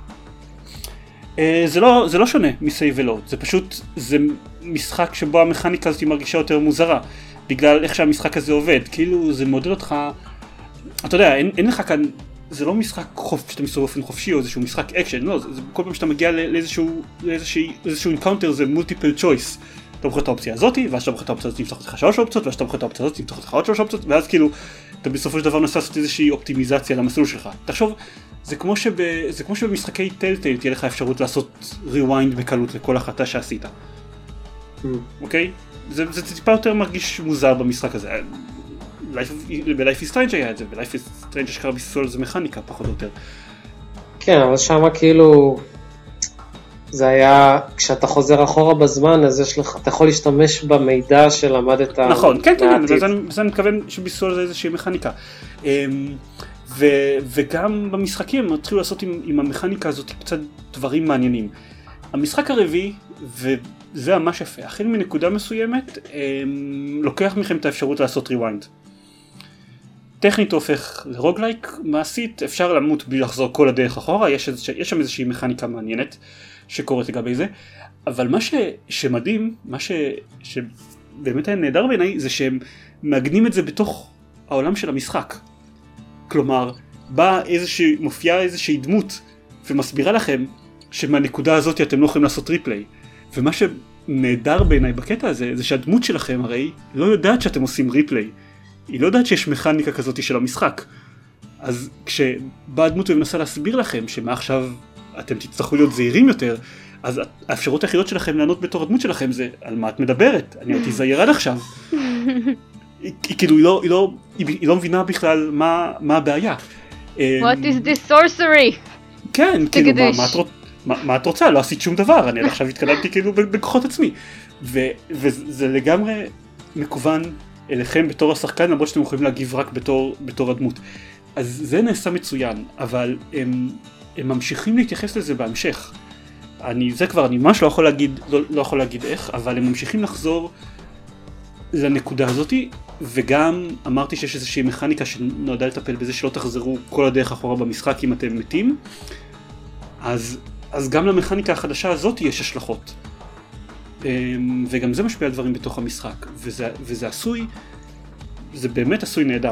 A: זה לא שונה מסייב ולואוד, זה פשוט, זה משחק שבו המכניקה הזאת מרגישה יותר מוזרה, בגלל איך שהמשחק הזה עובד. כאילו זה מודד אותך, אתה יודע, אין לך כאן, זה לא משחק שאתה מסתובב באופן חופשי או איזשהו משחק אקשן, לא, זה כל פעם שאתה מגיע לאיזשהו אינקאונטר זה מולטיפל צ'ויס. אתה בוחר את האופציה הזאת, ואז אתה בוחר את האופציה הזאת תמסוך לך 3 אופציות, ואז אתה בוחר את האופציה הזאת תמסוך לך עוד 3 אופציות, ואז כאילו אתה בסופו של דבר מנסה לעשות איזושהי אופטימיזציה למסלול שלך. תחשוב, זה כמו שבמשחקי טלטייל תהיה לך אפשרות לעשות rewind בקלות לכל החלטה שעשית. אוקיי? זה טיפה יותר מרגיש מוזר במשחק הזה. ב-Life is Strange היה את זה, ב-Life is Strange שקרה ביסול זה מכניקה פחות או יותר.
C: כן, אבל שמה כאילו זה היה, כשאתה חוזר אחורה בזמן, אז יש לך, אתה יכול להשתמש במידע שלמדת.
A: נכון, כן, וזה אני מתכוון שביסול זה איזושהי מכניקה. וגם במשחקים הם התחילו לעשות עם המכניקה הזאת קצת דברים מעניינים. המשחק הרביעי, וזה ממש יפה, החל מנקודה מסוימת, לוקח מכם את האפשרות לעשות rewind. טכנית הופך לרוגלייק, מעשית אפשר למות בלי לחזור כל הדרך אחורה, יש שם איזושהי מכניקה מעניינת שקורית לגבי זה, אבל מה שמדהים, מה שבאמת היה נהדר בעיניי, זה שהם מעגנים את זה בתוך העולם של המשחק. כלומר, מופיעה איזושהי דמות ומסבירה לכם שמהנקודה הזאת אתם לא יכולים לעשות ריפליי. ומה שנהדר בעיניי בקטע הזה, זה שהדמות שלכם הרי לא יודעת שאתם עושים ריפליי. היא לא יודעת שיש מכניקה כזאת של המשחק. אז כשבאה הדמות ומנסה להסביר לכם שמעכשיו אתם תצטרכו להיות זהירים יותר, אז האפשרות היחידות שלכם לענות בתור הדמות שלכם זה על מה את מדברת, אני הייתי זהיר עד עכשיו. כאילו היא לא מבינה בכלל מה הבעיה.
B: What is this sorcery?
A: כן, כאילו מה את רוצה? לא עשית שום דבר, אני עד עכשיו התקדמתי כאילו בכוחות עצמי. וזה לגמרי מקוון אליכם בתור השחקן, למרות שאתם יכולים להגיב רק בתור הדמות. אז זה נעשה מצוין, אבל הם ממשיכים להתייחס לזה בהמשך. אני ממש לא יכול להגיד איך, אבל הם ממשיכים לחזור לנקודה הזאת, וגם אמרתי שיש איזושהי מכניקה שנועדה לטפל בזה שלא תחזרו כל הדרך אחורה במשחק אם אתם מתים. אז גם למכניקה החדשה הזאת יש השלכות. וגם זה משפיע על דברים בתוך המשחק, וזה עשוי, זה באמת עשוי נהדר.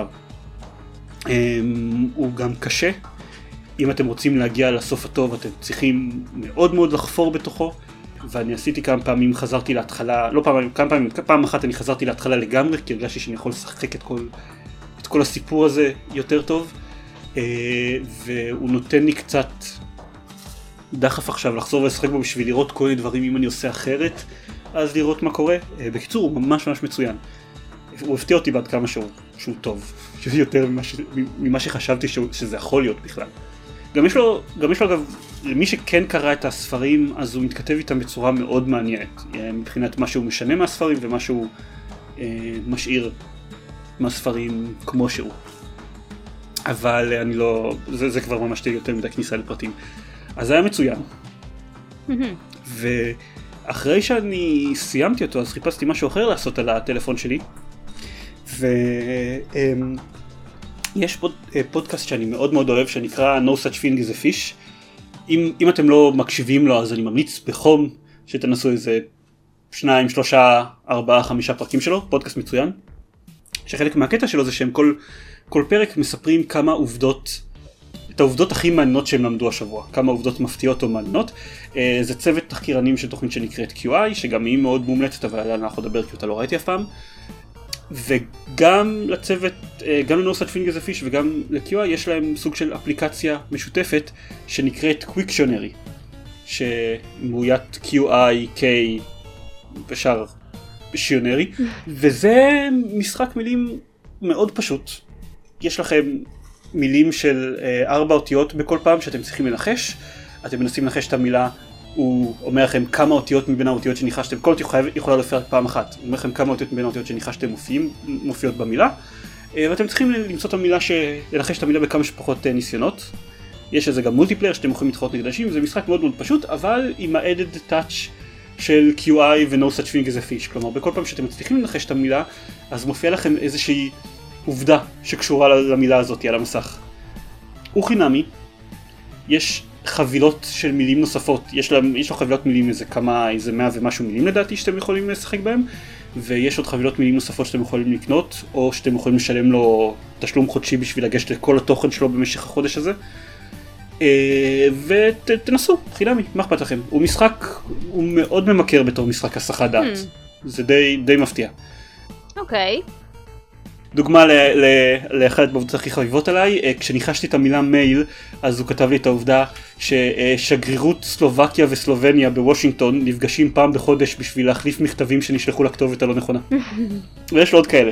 A: הוא גם קשה. אם אתם רוצים להגיע לסוף הטוב, אתם צריכים מאוד מאוד לחפור בתוכו, ואני עשיתי כמה פעמים, חזרתי להתחלה, לא כמה פעמים, פעם אחת אני חזרתי להתחלה לגמרי, כי הרגשתי שאני יכול לשחק את כל הסיפור הזה יותר טוב, והוא נותן לי קצת דחף עכשיו לחזור ולשחק בו בשביל לראות כל מיני דברים אם אני עושה אחרת, אז לראות מה קורה. בקיצור, הוא ממש ממש מצוין. הוא הפתיע אותי בעד כמה שהוא טוב, שזה יותר ממה שחשבתי שזה יכול להיות בכלל. גם יש לו אגב, למי שכן קרא את הספרים, אז הוא מתכתב איתם בצורה מאוד מעניינת, מבחינת מה שהוא משנה מהספרים ומה שהוא משאיר מהספרים כמו שהוא. אבל אני לא, זה כבר ממש יותר מדי כניסה לפרטים. אז זה היה מצוין. ואחרי שאני סיימתי אותו, אז חיפשתי משהו אחר לעשות על הטלפון שלי. ויש פודקאסט שאני מאוד מאוד אוהב, שנקרא No Such Thing as a Fish. אם אתם לא מקשיבים לו, אז אני ממליץ בחום שתנסו איזה 2, 3, 4, 5 פרקים שלו, פודקאסט מצוין. שחלק מהקטע שלו זה שהם כל פרק מספרים כמה עובדות, את העובדות הכי מעניינות שהם למדו השבוע, כמה עובדות מפתיעות או מעניינות. זה צוות תחקירנים של תוכנית שנקראת QI, שגם היא מאוד מומלצת, אבל אנחנו נדבר כי אותה לא ראיתי אף פעם. וגם לצוות, גם ל-No Such Thing as a Fish וגם ל-QI יש להם סוג של אפליקציה משותפת שנקראת Quictionary, שמאוית QI, K ושאר שיונרי, וזה משחק מילים מאוד פשוט. יש לכם מילים של 4 אותיות בכל פעם שאתם צריכים לנחש, אתם מנסים לנחש את המילה, הוא אומר לכם כמה אותיות מבין האותיות שניחשתם, כל אותיות יכולה להופיע פעם אחת, הוא אומר לכם כמה אותיות מבין האותיות שניחשתם מופיעות במילה, ואתם צריכים למצוא את המילה, לנחש את המילה בכמה שפחות ניסיונות. יש לזה גם מולטיפלייר שאתם יכולים להתחרות נגד אנשים, זה משחק מאוד מאוד פשוט, אבל עם ה-added touch של QI ו-No Such Thing as a Fish, כלומר בכל פעם שאתם מצליחים לנחש את המילה, אז מופיע לכם איזושהי עובדה שקשורה למילה הזאת על המסך. הוא חינמי, יש חבילות של מילים נוספות, יש לו חבילות מילים איזה 100 ומשהו מילים לדעתי שאתם יכולים לשחק בהם, ויש עוד חבילות מילים נוספות שאתם יכולים לקנות, או שאתם יכולים לשלם לו תשלום חודשי בשביל לגשת לכל התוכן שלו במשך החודש הזה. ותנסו, חינמי, מה אכפת לכם? הוא משחק, הוא מאוד ממכר בתור משחק הסחת דעת. זה די מפתיע.
B: אוקיי.
A: דוגמה לאחת בעובדות הכי חביבות עליי, כשניחשתי את המילה מייל, אז הוא כתב לי את העובדה ששגרירות סלובקיה וסלובניה בוושינגטון נפגשים פעם בחודש בשביל להחליף מכתבים שנשלחו לכתובת הלא נכונה. ויש לו עוד כאלה,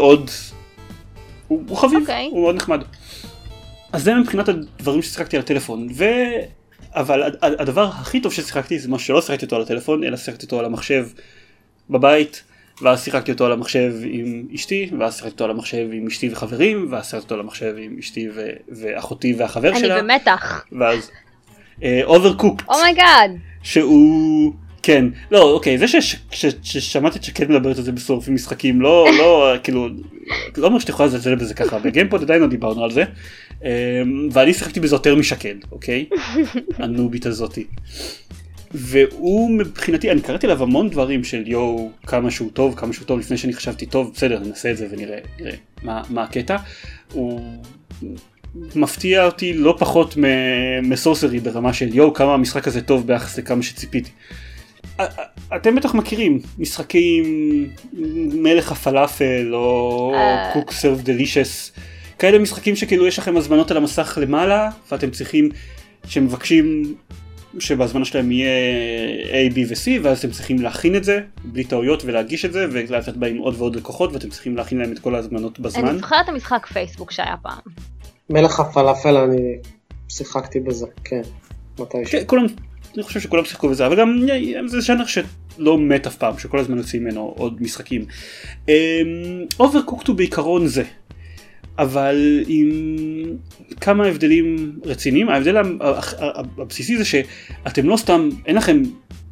A: הוא חביב, הוא מאוד נחמד. אז זה מבחינת הדברים ששיחקתי על הטלפון, אבל הדבר הכי טוב ששיחקתי זה מה שלא שיחקתי אותו על הטלפון, אלא שיחקתי אותו על המחשב בבית, ואז שיחקתי אותו על המחשב עם אשתי, ואז שיחקתי אותו על המחשב עם אשתי וחברים, ואז שיחקתי אותו על המחשב עם אשתי ואחותי והחבר שלה.
B: אני במתח.
A: ואז Overcooked.
B: אומייגאד.
A: שהוא, כן, לא, אוקיי, זה ששמעתי את שקד מדברת על זה בשורפים משחקים, לא, כאילו, לא אומר שאתה יכולה לזלזל בזה ככה, בגיימפוד עדיין לא דיברנו על זה, ואני שיחקתי בזה יותר משקד, אוקיי? הנובית הזאתי. והוא מבחינתי, אני קראתי עליו המון דברים של כמה שהוא טוב לפני שאני חשבתי טוב, בסדר, ננסה את זה ונראה מה הקטע. הוא מפתיע אותי לא פחות מסורסרי ברמה של כמה המשחק הזה טוב ביחס לכמה שציפיתי. אתם בטח מכירים משחקים מלך הפלאפל או Cook Serve Delicious, כאלה משחקים שכאילו יש לכם הזמנות על המסך למעלה ואתם צריכים, שמבקשים שבהזמנה שלהם יהיה A, B ו-C, ואז אתם צריכים להכין את זה בלי טעויות ולהגיש את זה, ולאפת באים עוד ועוד לקוחות ואתם צריכים להכין להם את כל ההזמנות בזמן.
B: אני זוכרת את המשחק פייסבוק שהיה פעם.
C: מלך הפלאפל, אני שיחקתי בזה, כן, מתישהו.
A: כן, אני חושב שכולם שיחקו בזה, אבל גם זה ז'אנר שלא מת אף פעם, שכל הזמן יוצאים ממנו עוד משחקים. Overcooked הוא בעיקרון זה, אבל עם כמה הבדלים רציניים. ההבדל הבסיסי זה שאתם לא סתם, אין לכם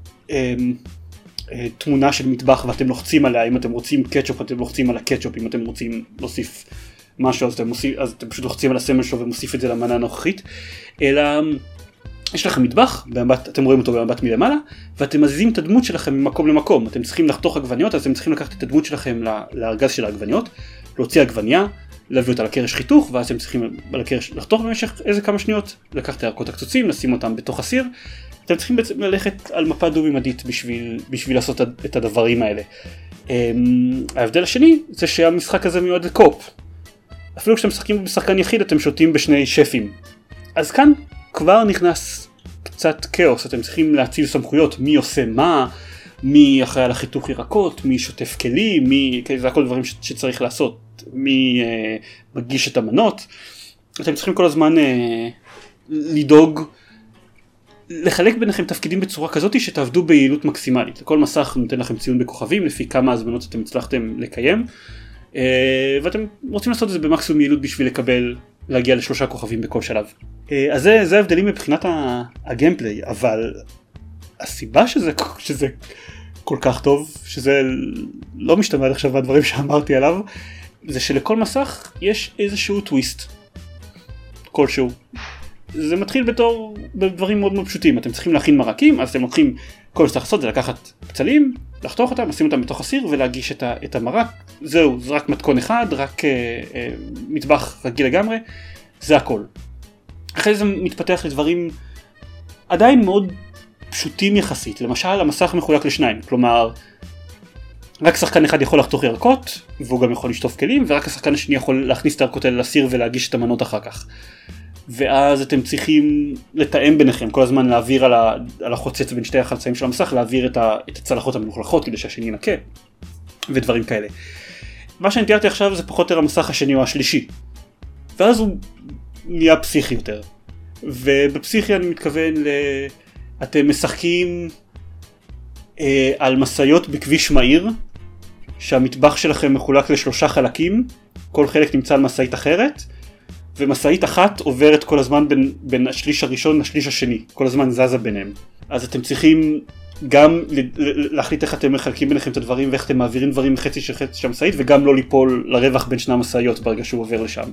A: תמונה של מטבח ואתם לוחצים עליה, אם אתם רוצים קטשופ אתם לוחצים על הקטשופ, אם אתם רוצים להוסיף משהו אז אתם פשוט לוחצים על הסמל שלו ומוסיף את זה למנה הנוכחית, אלא יש לכם מטבח, אתם רואים אותו במבט מלמעלה, ואתם מזיזים את הדמות שלכם ממקום למקום. אתם צריכים לחתוך עגבניות, אז אתם צריכים לקחת את הדמות שלכם לארגז של העגבניות, להוציא עגבניה, להביא אותה לקרש חיתוך, ואז אתם צריכים על הקרש לחתוך במשך איזה כמה שניות, לקחת את הירקות הקצוצים, לשים אותם בתוך הסיר. אתם צריכים בעצם ללכת על מפה דו-ממדית בשביל לעשות את הדברים האלה. ההבדל השני זה שהמשחק הזה מיועד לקופ. אפילו כשאתם משחקים בשחקן יחיד אתם שותים בשני שפים. אז כאן כבר נכנס קצת כאוס, אתם צריכים להציל סמכויות, מי עושה מה, מי אחראי על החיתוך ירקות, מי שוטף כלים, זה הכל דברים שצריך לעשות, מי מגיש את המנות. אתם צריכים כל הזמן לדאוג, לחלק ביניכם תפקידים בצורה כזאת שתעבדו ביעילות מקסימלית. לכל מסך נותן לכם ציון בכוכבים לפי כמה הזמנות אתם הצלחתם לקיים, ואתם רוצים לעשות את זה במקסימום יעילות בשביל להגיע ל3 כוכבים בכל שלב. אז זה ההבדלים מבחינת הגיימפליי, אבל הסיבה שזה כל כך טוב, שזה לא משתמע עד עכשיו מהדברים שאמרתי עליו, זה שלכל מסך יש איזשהו טוויסט כלשהו. זה מתחיל בדברים מאוד מאוד פשוטים. אתם צריכים להכין מרקים, אז אתם לוקחים, כל שצריך לעשות זה לקחת פצלים, לחתוך אותם, לשים אותם בתוך הסיר ולהגיש את המרק. זהו, זה רק מתכון אחד, רק מטבח רגיל לגמרי, זה הכל. אחרי זה מתפתח לדברים עדיין מאוד פשוטים יחסית. למשל, המסך מחולק לשניים, כלומר, רק שחקן אחד יכול לחתוך ירקות, והוא גם יכול לשטוף כלים, ורק השחקן השני יכול להכניס את הירקות האלה לסיר ולהגיש את המנות אחר כך. ואז אתם צריכים לתאם ביניכם, כל הזמן להעביר על החוצץ בין שתי החלצאים של המסך, להעביר את הצלחות המלוכלכות כדי שהשני ינקה, ודברים כאלה. מה שאני תיארתי עכשיו זה פחות או יותר המסך השני או השלישי, ואז הוא נהיה פסיכי יותר. ובפסיכי אני מתכוון אתם משחקים על מסעיות בכביש מהיר, שהמטבח שלכם מחולק ל3 חלקים, כל חלק נמצא על מסעית אחרת, ומסעית אחת עוברת כל הזמן בין השליש הראשון לשליש השני, כל הזמן זזה ביניהם. אז אתם צריכים גם להחליט איך אתם מחלקים ביניכם את הדברים, ואיך אתם מעבירים דברים מחצי של חצי של המסעית, וגם לא ליפול לרווח בין שני המסעיות ברגע שהוא עובר לשם.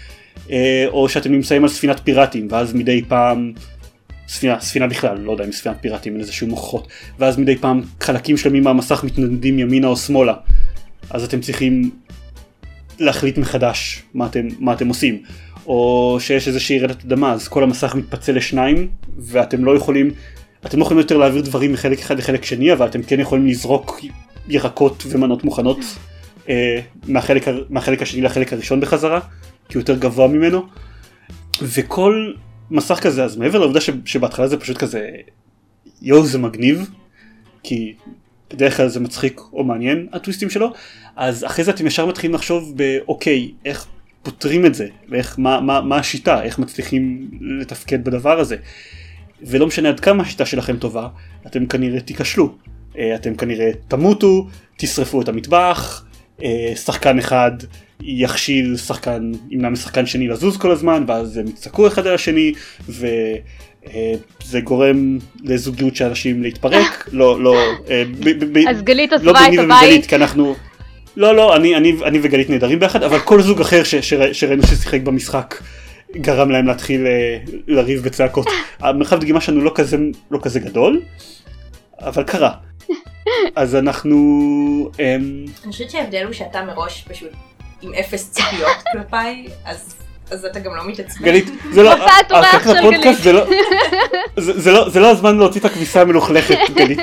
A: או שאתם נמצאים על ספינת פיראטים, ואז מדי פעם, ספינה בכלל, לא יודע אם ספינת פיראטים, אין איזשהו מוחות, ואז מדי פעם חלקים שלמים מהמסך מתנדדים ימינה או שמאלה, אז אתם צריכים להחליט מחדש מה אתם עושים. או שיש איזושהי רעידת אדמה, אז כל המסך מתפצל לשניים, ואתם לא יכולים יותר להעביר דברים מחלק אחד לחלק שני, אבל אתם כן יכולים לזרוק ירקות ומנות מוכנות מהחלק השני לחלק הראשון בחזרה, כי הוא יותר גבוה ממנו. וכל מסך כזה, אז מעבר לעובדה שבהתחלה זה פשוט כזה, זה מגניב, כי בדרך כלל זה מצחיק או מעניין הטוויסטים שלו, אז אחרי זה אתם ישר מתחילים לחשוב באוקיי, איך פותרים את זה, ואיך, מה השיטה, איך מצליחים לתפקד בדבר הזה. ולא משנה עד כמה השיטה שלכם טובה, אתם כנראה תיכשלו. אתם כנראה תמותו, תשרפו את המטבח, שחקן אחד יכשיל ימנע משחקן שני לזוז כל הזמן, ואז הם יצעקו אחד על השני, וזה גורם לזוגיות של אנשים להתפרק.
B: אז גלית עזבה את הבית.
A: כי אנחנו... לא, אני וגלית נהדרים ביחד, אבל כל זוג אחר שראינו ששיחק במשחק גרם להם להתחיל לריב בצעקות. המרחב דגימה שלנו לא כזה גדול, אבל קרה. אז אנחנו...
D: אני חושבת שההבדל הוא שאתה מראש פשוט עם 0 ציפיות כלפיי, אז אתה גם לא מתעצבן.
A: גלית, זה לא... זה לא הזמן להוציא את הכביסה המלוכלכת, גלית.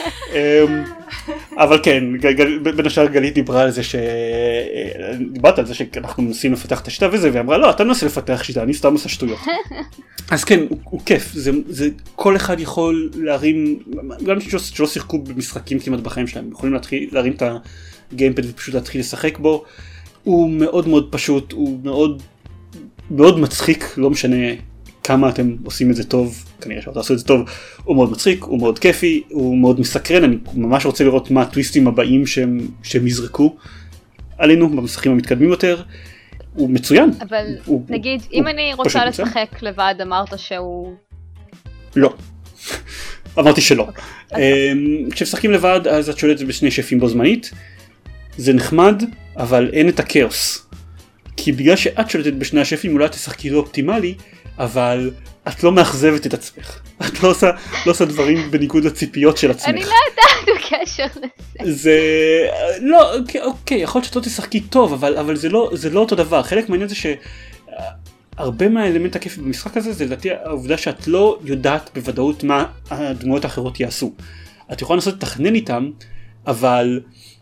A: אבל כן, בין השאר גלית דיברה על זה דיברת על זה שאנחנו מנסים לפתח את השיטה וזה, ואמרה לא, אתה מנסה לפתח שיטה, אני סתם עושה שטויות. אז כן, הוא כיף, זה כל אחד יכול להרים, גם שלא שיחקו במשחקים כמעט בחיים שלהם, יכולים להרים את הגיימפד ופשוט להתחיל לשחק בו. הוא מאוד מאוד פשוט, הוא מאוד מצחיק, לא משנה כמה אתם עושים את זה טוב, כנראה שאתה עושה את זה טוב, הוא מאוד מצחיק, הוא מאוד כיפי, הוא מאוד מסקרן, אני ממש רוצה לראות מה הטוויסטים הבאים שהם יזרקו עלינו במשחקים המתקדמים יותר. הוא מצוין.
B: אבל נגיד, אם אני רוצה לשחק לבד, אמרת שהוא...
A: לא. אמרתי שלא. כשמשחקים לבד, אז את שולטת בשני שפים בו זמנית, זה נחמד, אבל אין את הכאוס. כי בגלל שאת שולטת בשני השפים, אולי תשחקי לא אופטימלי, אבל את לא מאכזבת את עצמך. את לא עושה דברים בניגוד לציפיות של עצמך.
B: אני לא יודעת בקשר לזה.
A: זה... לא, אוקיי, יכול להיות שאת לא תשחקי טוב, אבל זה לא אותו דבר. חלק מהעניין זה שהרבה מהאלמנט הכיפי במשחק הזה, זה לדעתי העובדה שאת לא יודעת בוודאות מה הדמויות האחרות יעשו. את יכולה לנסות לתכנן איתם, אבל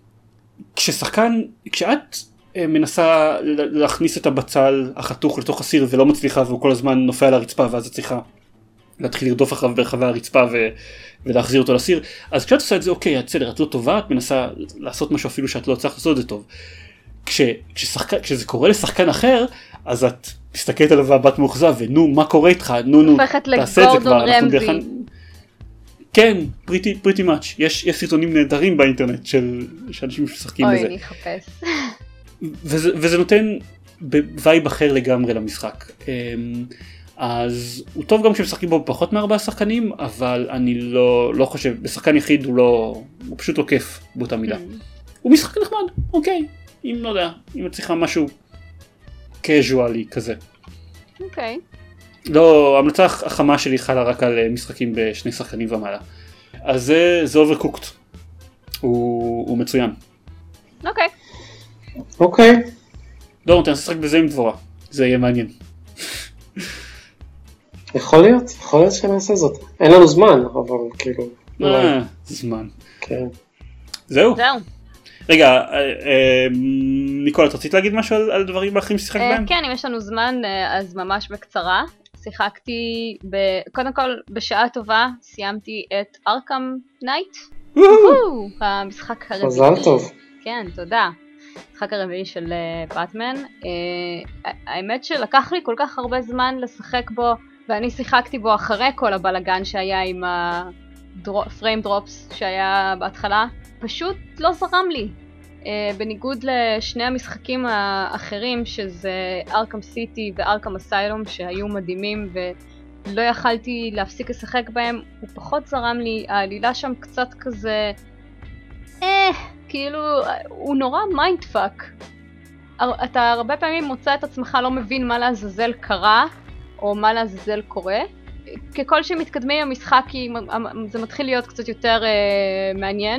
A: כשאת מנסה להכניס את הבצל החתוך לתוך הסיר ולא מצליחה, והוא כל הזמן נופל על הרצפה, ואז את צריכה להתחיל לרדוף אחריו ברחבי הרצפה ולהחזיר אותו לסיר. אז כשאת עושה את זה, אוקיי, בסדר, את לא טובה, את מנסה לעשות משהו אפילו שאת לא צריך לעשות את זה טוב. כשזה קורה לשחקן אחר, אז את מסתכלת עליו והבת מאוכזב, ונו, מה קורה איתך? נו, תעשה את זה כבר.
B: רמזי.
A: כן, pretty much. יש סרטונים נהדרים באינטרנט של אנשים שמשחקים בזה.
B: אוי, אני אחפש.
A: וזה נותן וייב אחר לגמרי למשחק. אז הוא טוב גם כשמשחקים בו פחות מ4 שחקנים, אבל אני לא חושב, בשחקן יחיד הוא פשוט לא כיף באותה מידה. הוא משחק נחמד, אוקיי. אם לא יודע, אם את צריכה משהו casually כזה.
B: אוקיי.
A: לא, ההמלצה החמה שלי חלה רק על משחקים בשני שחקנים ומעלה. אז זה Overcooked. הוא מצוין.
B: אוקיי.
C: אוקיי.
A: דורון, תנסה לשחק בזה עם דבורה. זה יהיה מעניין.
C: יכול להיות שנעשה זאת. אין לנו זמן, אבל כאילו...
A: זמן.
C: כן.
A: זהו. רגע, ניקול, את רצית להגיד משהו על דברים אחרים ששיחקת בהם?
B: כן, אם יש לנו זמן, אז ממש בקצרה. שיחקתי, קודם כל, בשעה טובה, סיימתי את ארכם נייט. המשחק הרביעי.
C: מזל טוב.
B: כן, תודה. המשחק הרביעי של באטמן. האמת שלקח לי כל כך הרבה זמן לשחק בו, ואני שיחקתי בו אחרי כל הבלגן שהיה עם הפריים דרופס שהיה בהתחלה. פשוט לא זרם לי. בניגוד לשני המשחקים האחרים, שזה ארכם סיטי וארכם אסיילום, שהיו מדהימים ולא יכלתי להפסיק לשחק בהם, הוא פחות זרם לי. העלילה שם קצת כזה... כאילו, הוא נורא מיינדפאק. אתה הרבה פעמים מוצא את עצמך לא מבין מה לעזאזל קרה, או מה לעזאזל קורה. ככל שמתקדמים המשחק, זה מתחיל להיות קצת יותר מעניין.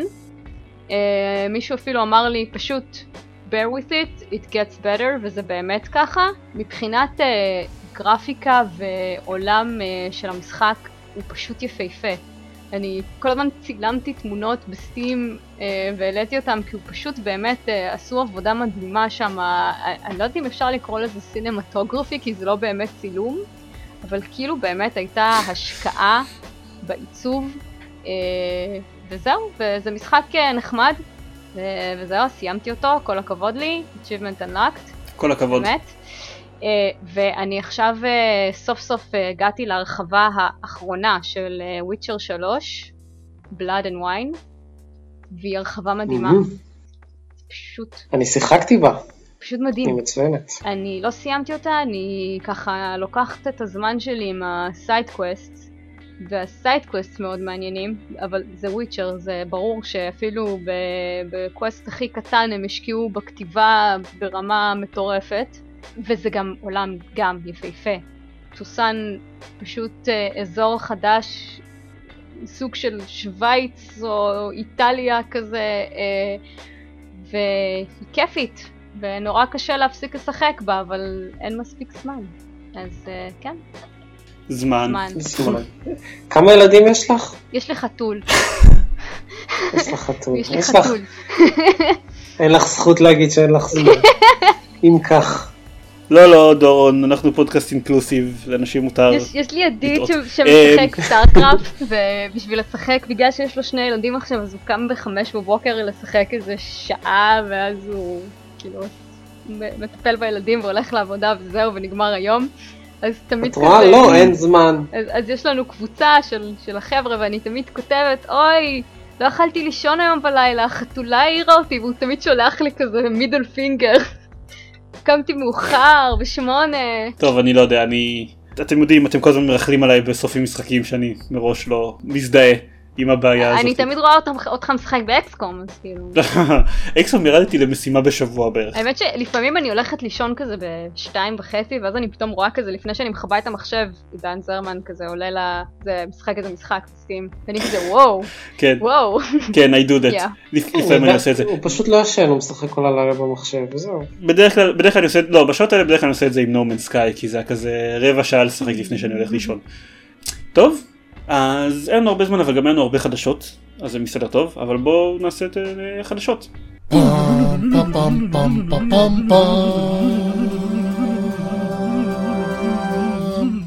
B: מישהו אפילו אמר לי פשוט bear with it, it gets better, וזה באמת ככה. מבחינת גרפיקה ועולם של המשחק הוא פשוט יפהפה. אני כל הזמן צילמתי תמונות בסטים והעליתי אותם, כי הוא פשוט באמת עשו עבודה מדהימה שם. אני לא יודעת אם אפשר לקרוא לזה סינמטוגרפי, כי זה לא באמת צילום, אבל כאילו באמת הייתה השקעה בעיצוב, וזהו, וזה משחק נחמד, וזהו, סיימתי אותו, כל הכבוד לי, achievement unlocked.
A: כל הכבוד.
B: באמת. ואני עכשיו סוף סוף הגעתי להרחבה האחרונה של וויצ'ר 3, Blood and Wine, והיא הרחבה מדהימה. פשוט...
C: אני שיחקתי בה.
B: פשוט מדהים.
C: היא מצוינת.
B: אני לא סיימתי אותה, אני ככה לוקחת את הזמן שלי עם הסייד קווסט, והסייד קווסט מאוד מעניינים, אבל זה וויצ'ר, זה ברור שאפילו בקווסט הכי קטן הם השקיעו בכתיבה ברמה מטורפת, וזה גם עולם גם יפהפה. טוסן פשוט אזור חדש, סוג של שוויץ או איטליה כזה, והיא כיפית, ונורא קשה להפסיק לשחק בה, אבל אין מספיק זמן. אז כן.
A: זמן.
C: כמה ילדים יש לך?
B: יש לי חתול.
C: יש לך חתול.
B: יש לי חתול.
C: אין לך זכות להגיד שאין לך זמן. אם כך.
A: לא, דורון, אנחנו פודקאסט אינקלוסיב, לאנשים מותר...
B: יש לי ידיד שמשחק סטארקראפט, ובשביל לשחק, בגלל שיש לו 2 ילדים עכשיו, אז הוא קם ב5 בבוקר לשחק איזה שעה, ואז הוא כאילו מטפל בילדים והולך לעבודה וזהו, ונגמר היום. אז תמיד
C: את רואה? לא, אין זמן.
B: אז יש לנו קבוצה של החבר'ה, ואני תמיד כותבת, אוי, לא יכלתי לישון היום בלילה, החתולה העירה אותי, והוא תמיד שולח לי כזה מידל פינגר. קמתי מאוחר, ב8.
A: טוב, אני לא יודע, אתם יודעים, אתם כל הזמן מרחלים עליי בסופים משחקים שאני מראש לא מזדהה עם הבעיה הזאת.
B: אני תמיד רואה אותך משחק באקסקום, אז כאילו...
A: אקסקום ירדתי למשימה בשבוע בערך.
B: האמת שלפעמים אני הולכת לישון כזה ב2:30, ואז אני פתאום רואה כזה, לפני שאני מחבאה את המחשב, עידן זרמן כזה עולה משחק איזה משחק, מסכים, ואני כזה וואו, וואו.
A: כן, I do that. לפעמים אני עושה את זה.
C: הוא פשוט לא ישן, הוא משחק כל הלילה במחשב, וזהו.
A: בדרך כלל אני עושה, לא, בשעות האלה בדרך כלל אני עושה את זה עם No Man's Sky, כי זה היה כזה רבע שעה לשחק לפני שאני הולך לישון. טוב, אז אין לנו הרבה זמן, אבל גם אין לנו הרבה חדשות, אז זה מסתדר טוב, אבל בואו נעשה את חדשות.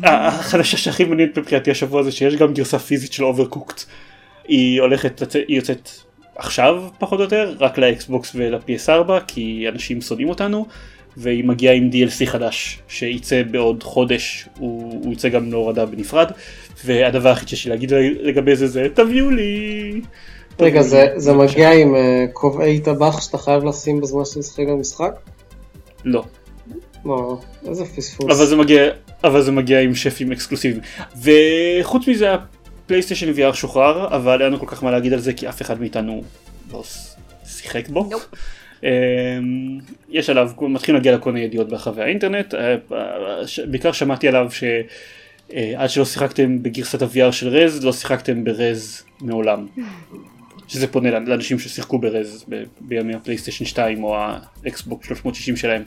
A: החדשה שהכי מעניינת מבחינתי השבוע זה שיש גם גרסה פיזית של Overcooked. היא יוצאת עכשיו פחות או יותר, רק לאקסבוקס ול-PS4 כי אנשים שונאים אותנו, והיא מגיעה עם DLC חדש שייצא בעוד חודש, הוא יצא גם להורדה בנפרד, והדבר הכי שיש לי להגיד לגבי זה תביאו לי.
C: רגע, זה מגיע עם קובעי טבח שאתה חייב לשים בזמן שאתה משחק במשחק?
A: לא.
C: לא, איזה פספוס.
A: אבל זה מגיע עם שפים אקסקלוסיביים. וחוץ מזה הפלייסטיישן VR שוחרר, אבל אין לנו כל כך מה להגיד על זה כי אף אחד מאיתנו לא שיחק בו. יש עליו, מתחילים להגיע לכל מיני ידיעות ברחבי האינטרנט, בעיקר שמעתי עליו שעד שלא שיחקתם בגרסת ה-VR של רז, לא שיחקתם ברז מעולם. שזה פונה לאנשים ששיחקו ברז בימי הפלייסטיישן 2 או האקסבוקס 360 שלהם.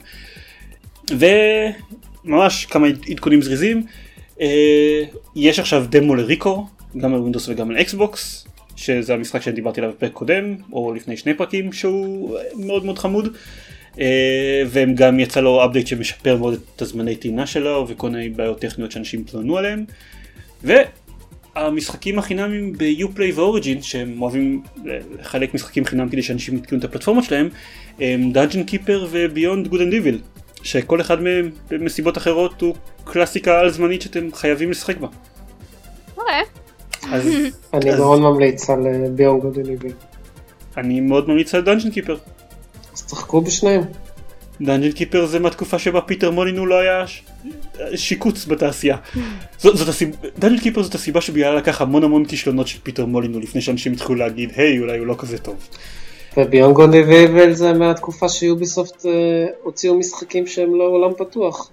A: וממש כמה עדכונים זריזים, יש עכשיו דמו לריקו, גם על ווינדוס וגם על אקסבוקס, שזה המשחק שאני דיברתי עליו בפרק קודם, או לפני 2 פרקים, שהוא מאוד מאוד חמוד, והם גם יצא לו אפדייט שמשפר מאוד את הזמני טעינה שלו, וכל מיני בעיות טכניות שאנשים תלונו עליהם, והמשחקים החינמים ב-Uplay ו-Origin, שהם אוהבים לחלק משחקים חינם כדי שאנשים יתקיעו את הפלטפורמות שלהם, הם Dungeon Keeper ו-Beyond Good and Evil, שכל אחד מהם במסיבות אחרות הוא קלאסיקה על זמנית שאתם חייבים לשחק בה.
B: אוקיי.
C: אני מאוד ממליץ על Beyond Good and Evil.
A: אני מאוד ממליץ על Dungeon Keeper.
C: אז תחכו בשניהם.
A: Dungeon Keeper זה מהתקופה שבה פיטר מולינו לא היה שיקוץ בתעשייה. Dungeon Keeper זאת הסיבה שבגלל לקח המון כישלונות של פיטר מולינו לפני שאנשים התחילו להגיד היי אולי הוא לא כזה טוב.
C: וביונג גוד אנד איביל זה מהתקופה שיוביסופט הוציאו משחקים שהם לא עולם פתוח.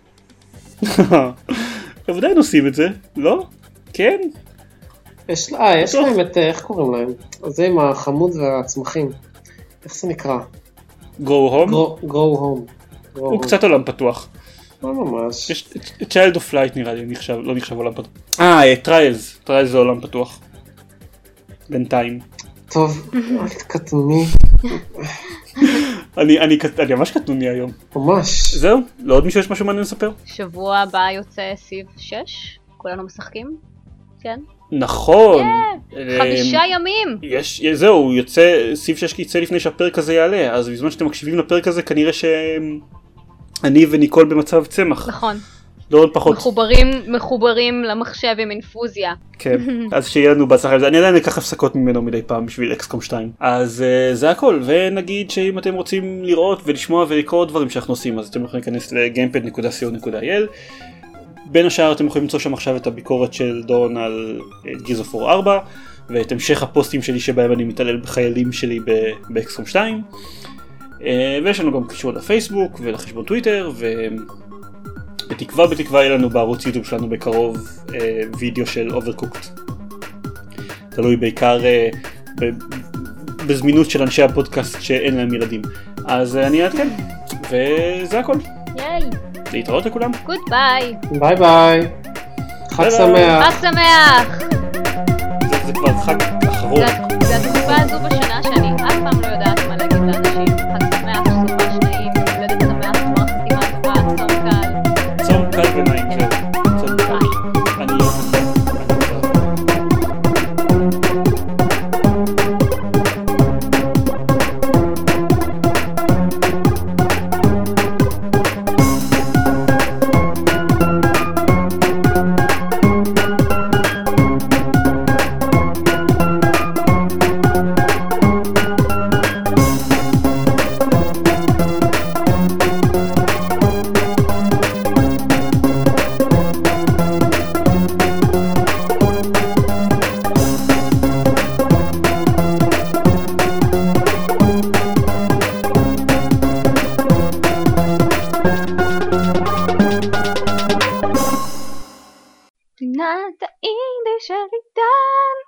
A: עדיין עושים את זה, לא? כן?
C: יש להם את, איך קוראים להם? זה עם החמוד והצמחים. איך זה נקרא?
A: Grow Home?
C: Grow Home.
A: הוא קצת עולם פתוח.
C: לא ממש.
A: יש Child of Light נראה לי, לא נחשב עולם פתוח. Trials זה עולם פתוח. בינתיים.
C: טוב, אל תקטוני.
A: אני ממש קטנוני היום.
C: ממש.
A: זהו? לעוד מישהו יש משהו מעניין לספר?
B: שבוע הבא יוצא סיב 6, כולנו משחקים? כן?
A: נכון.
B: 5 ימים.
A: זהו, יוצא, סיב 6 יצא לפני שהפרק הזה יעלה, אז בזמן שאתם מקשיבים לפרק הזה כנראה שאני וניקול במצב צמח.
B: נכון.
A: לא עוד פחות.
B: מחוברים למחשב עם אינפוזיה.
A: כן, אז שיהיה לנו בהצלחה על זה. אני עדיין אקח הפסקות ממנו מדי פעם בשביל XCOM 2. אז זה הכל, ונגיד שאם אתם רוצים לראות ולשמוע ולקרוא דברים שאנחנו עושים, אז אתם יכולים להיכנס ל-gamepad.co.il. בין השאר אתם יכולים למצוא שם עכשיו את הביקורת של דורון על Gears of War 4, ואת המשך הפוסטים שלי שבהם אני מתעלל בחיילים שלי ב-XCOM 2. ויש לנו גם קישור לפייסבוק ולחשבון טוויטר, בתקווה יהיה לנו בערוץ יוטיוב שלנו בקרוב וידאו של Overcooked. תלוי בעיקר בזמינות של אנשי הפודקאסט שאין להם ילדים. אז אני אעדכן, וזה הכל.
B: ייי.
A: להתראות לכולם.
B: גוד ביי.
C: ביי ביי. חג שמח.
B: חג שמח.
A: זה כבר חג אחרון.
B: זה התקופה הזו בשנה שאני אף פעם לא יודעת מה להגיד לאנשים. חג שמח, סופה שניים, הולדת שמח, תמורה חתימה טובה, צום קל.
A: צום קל ונעים, כן. צום קל.
B: פינת האינדי של עידן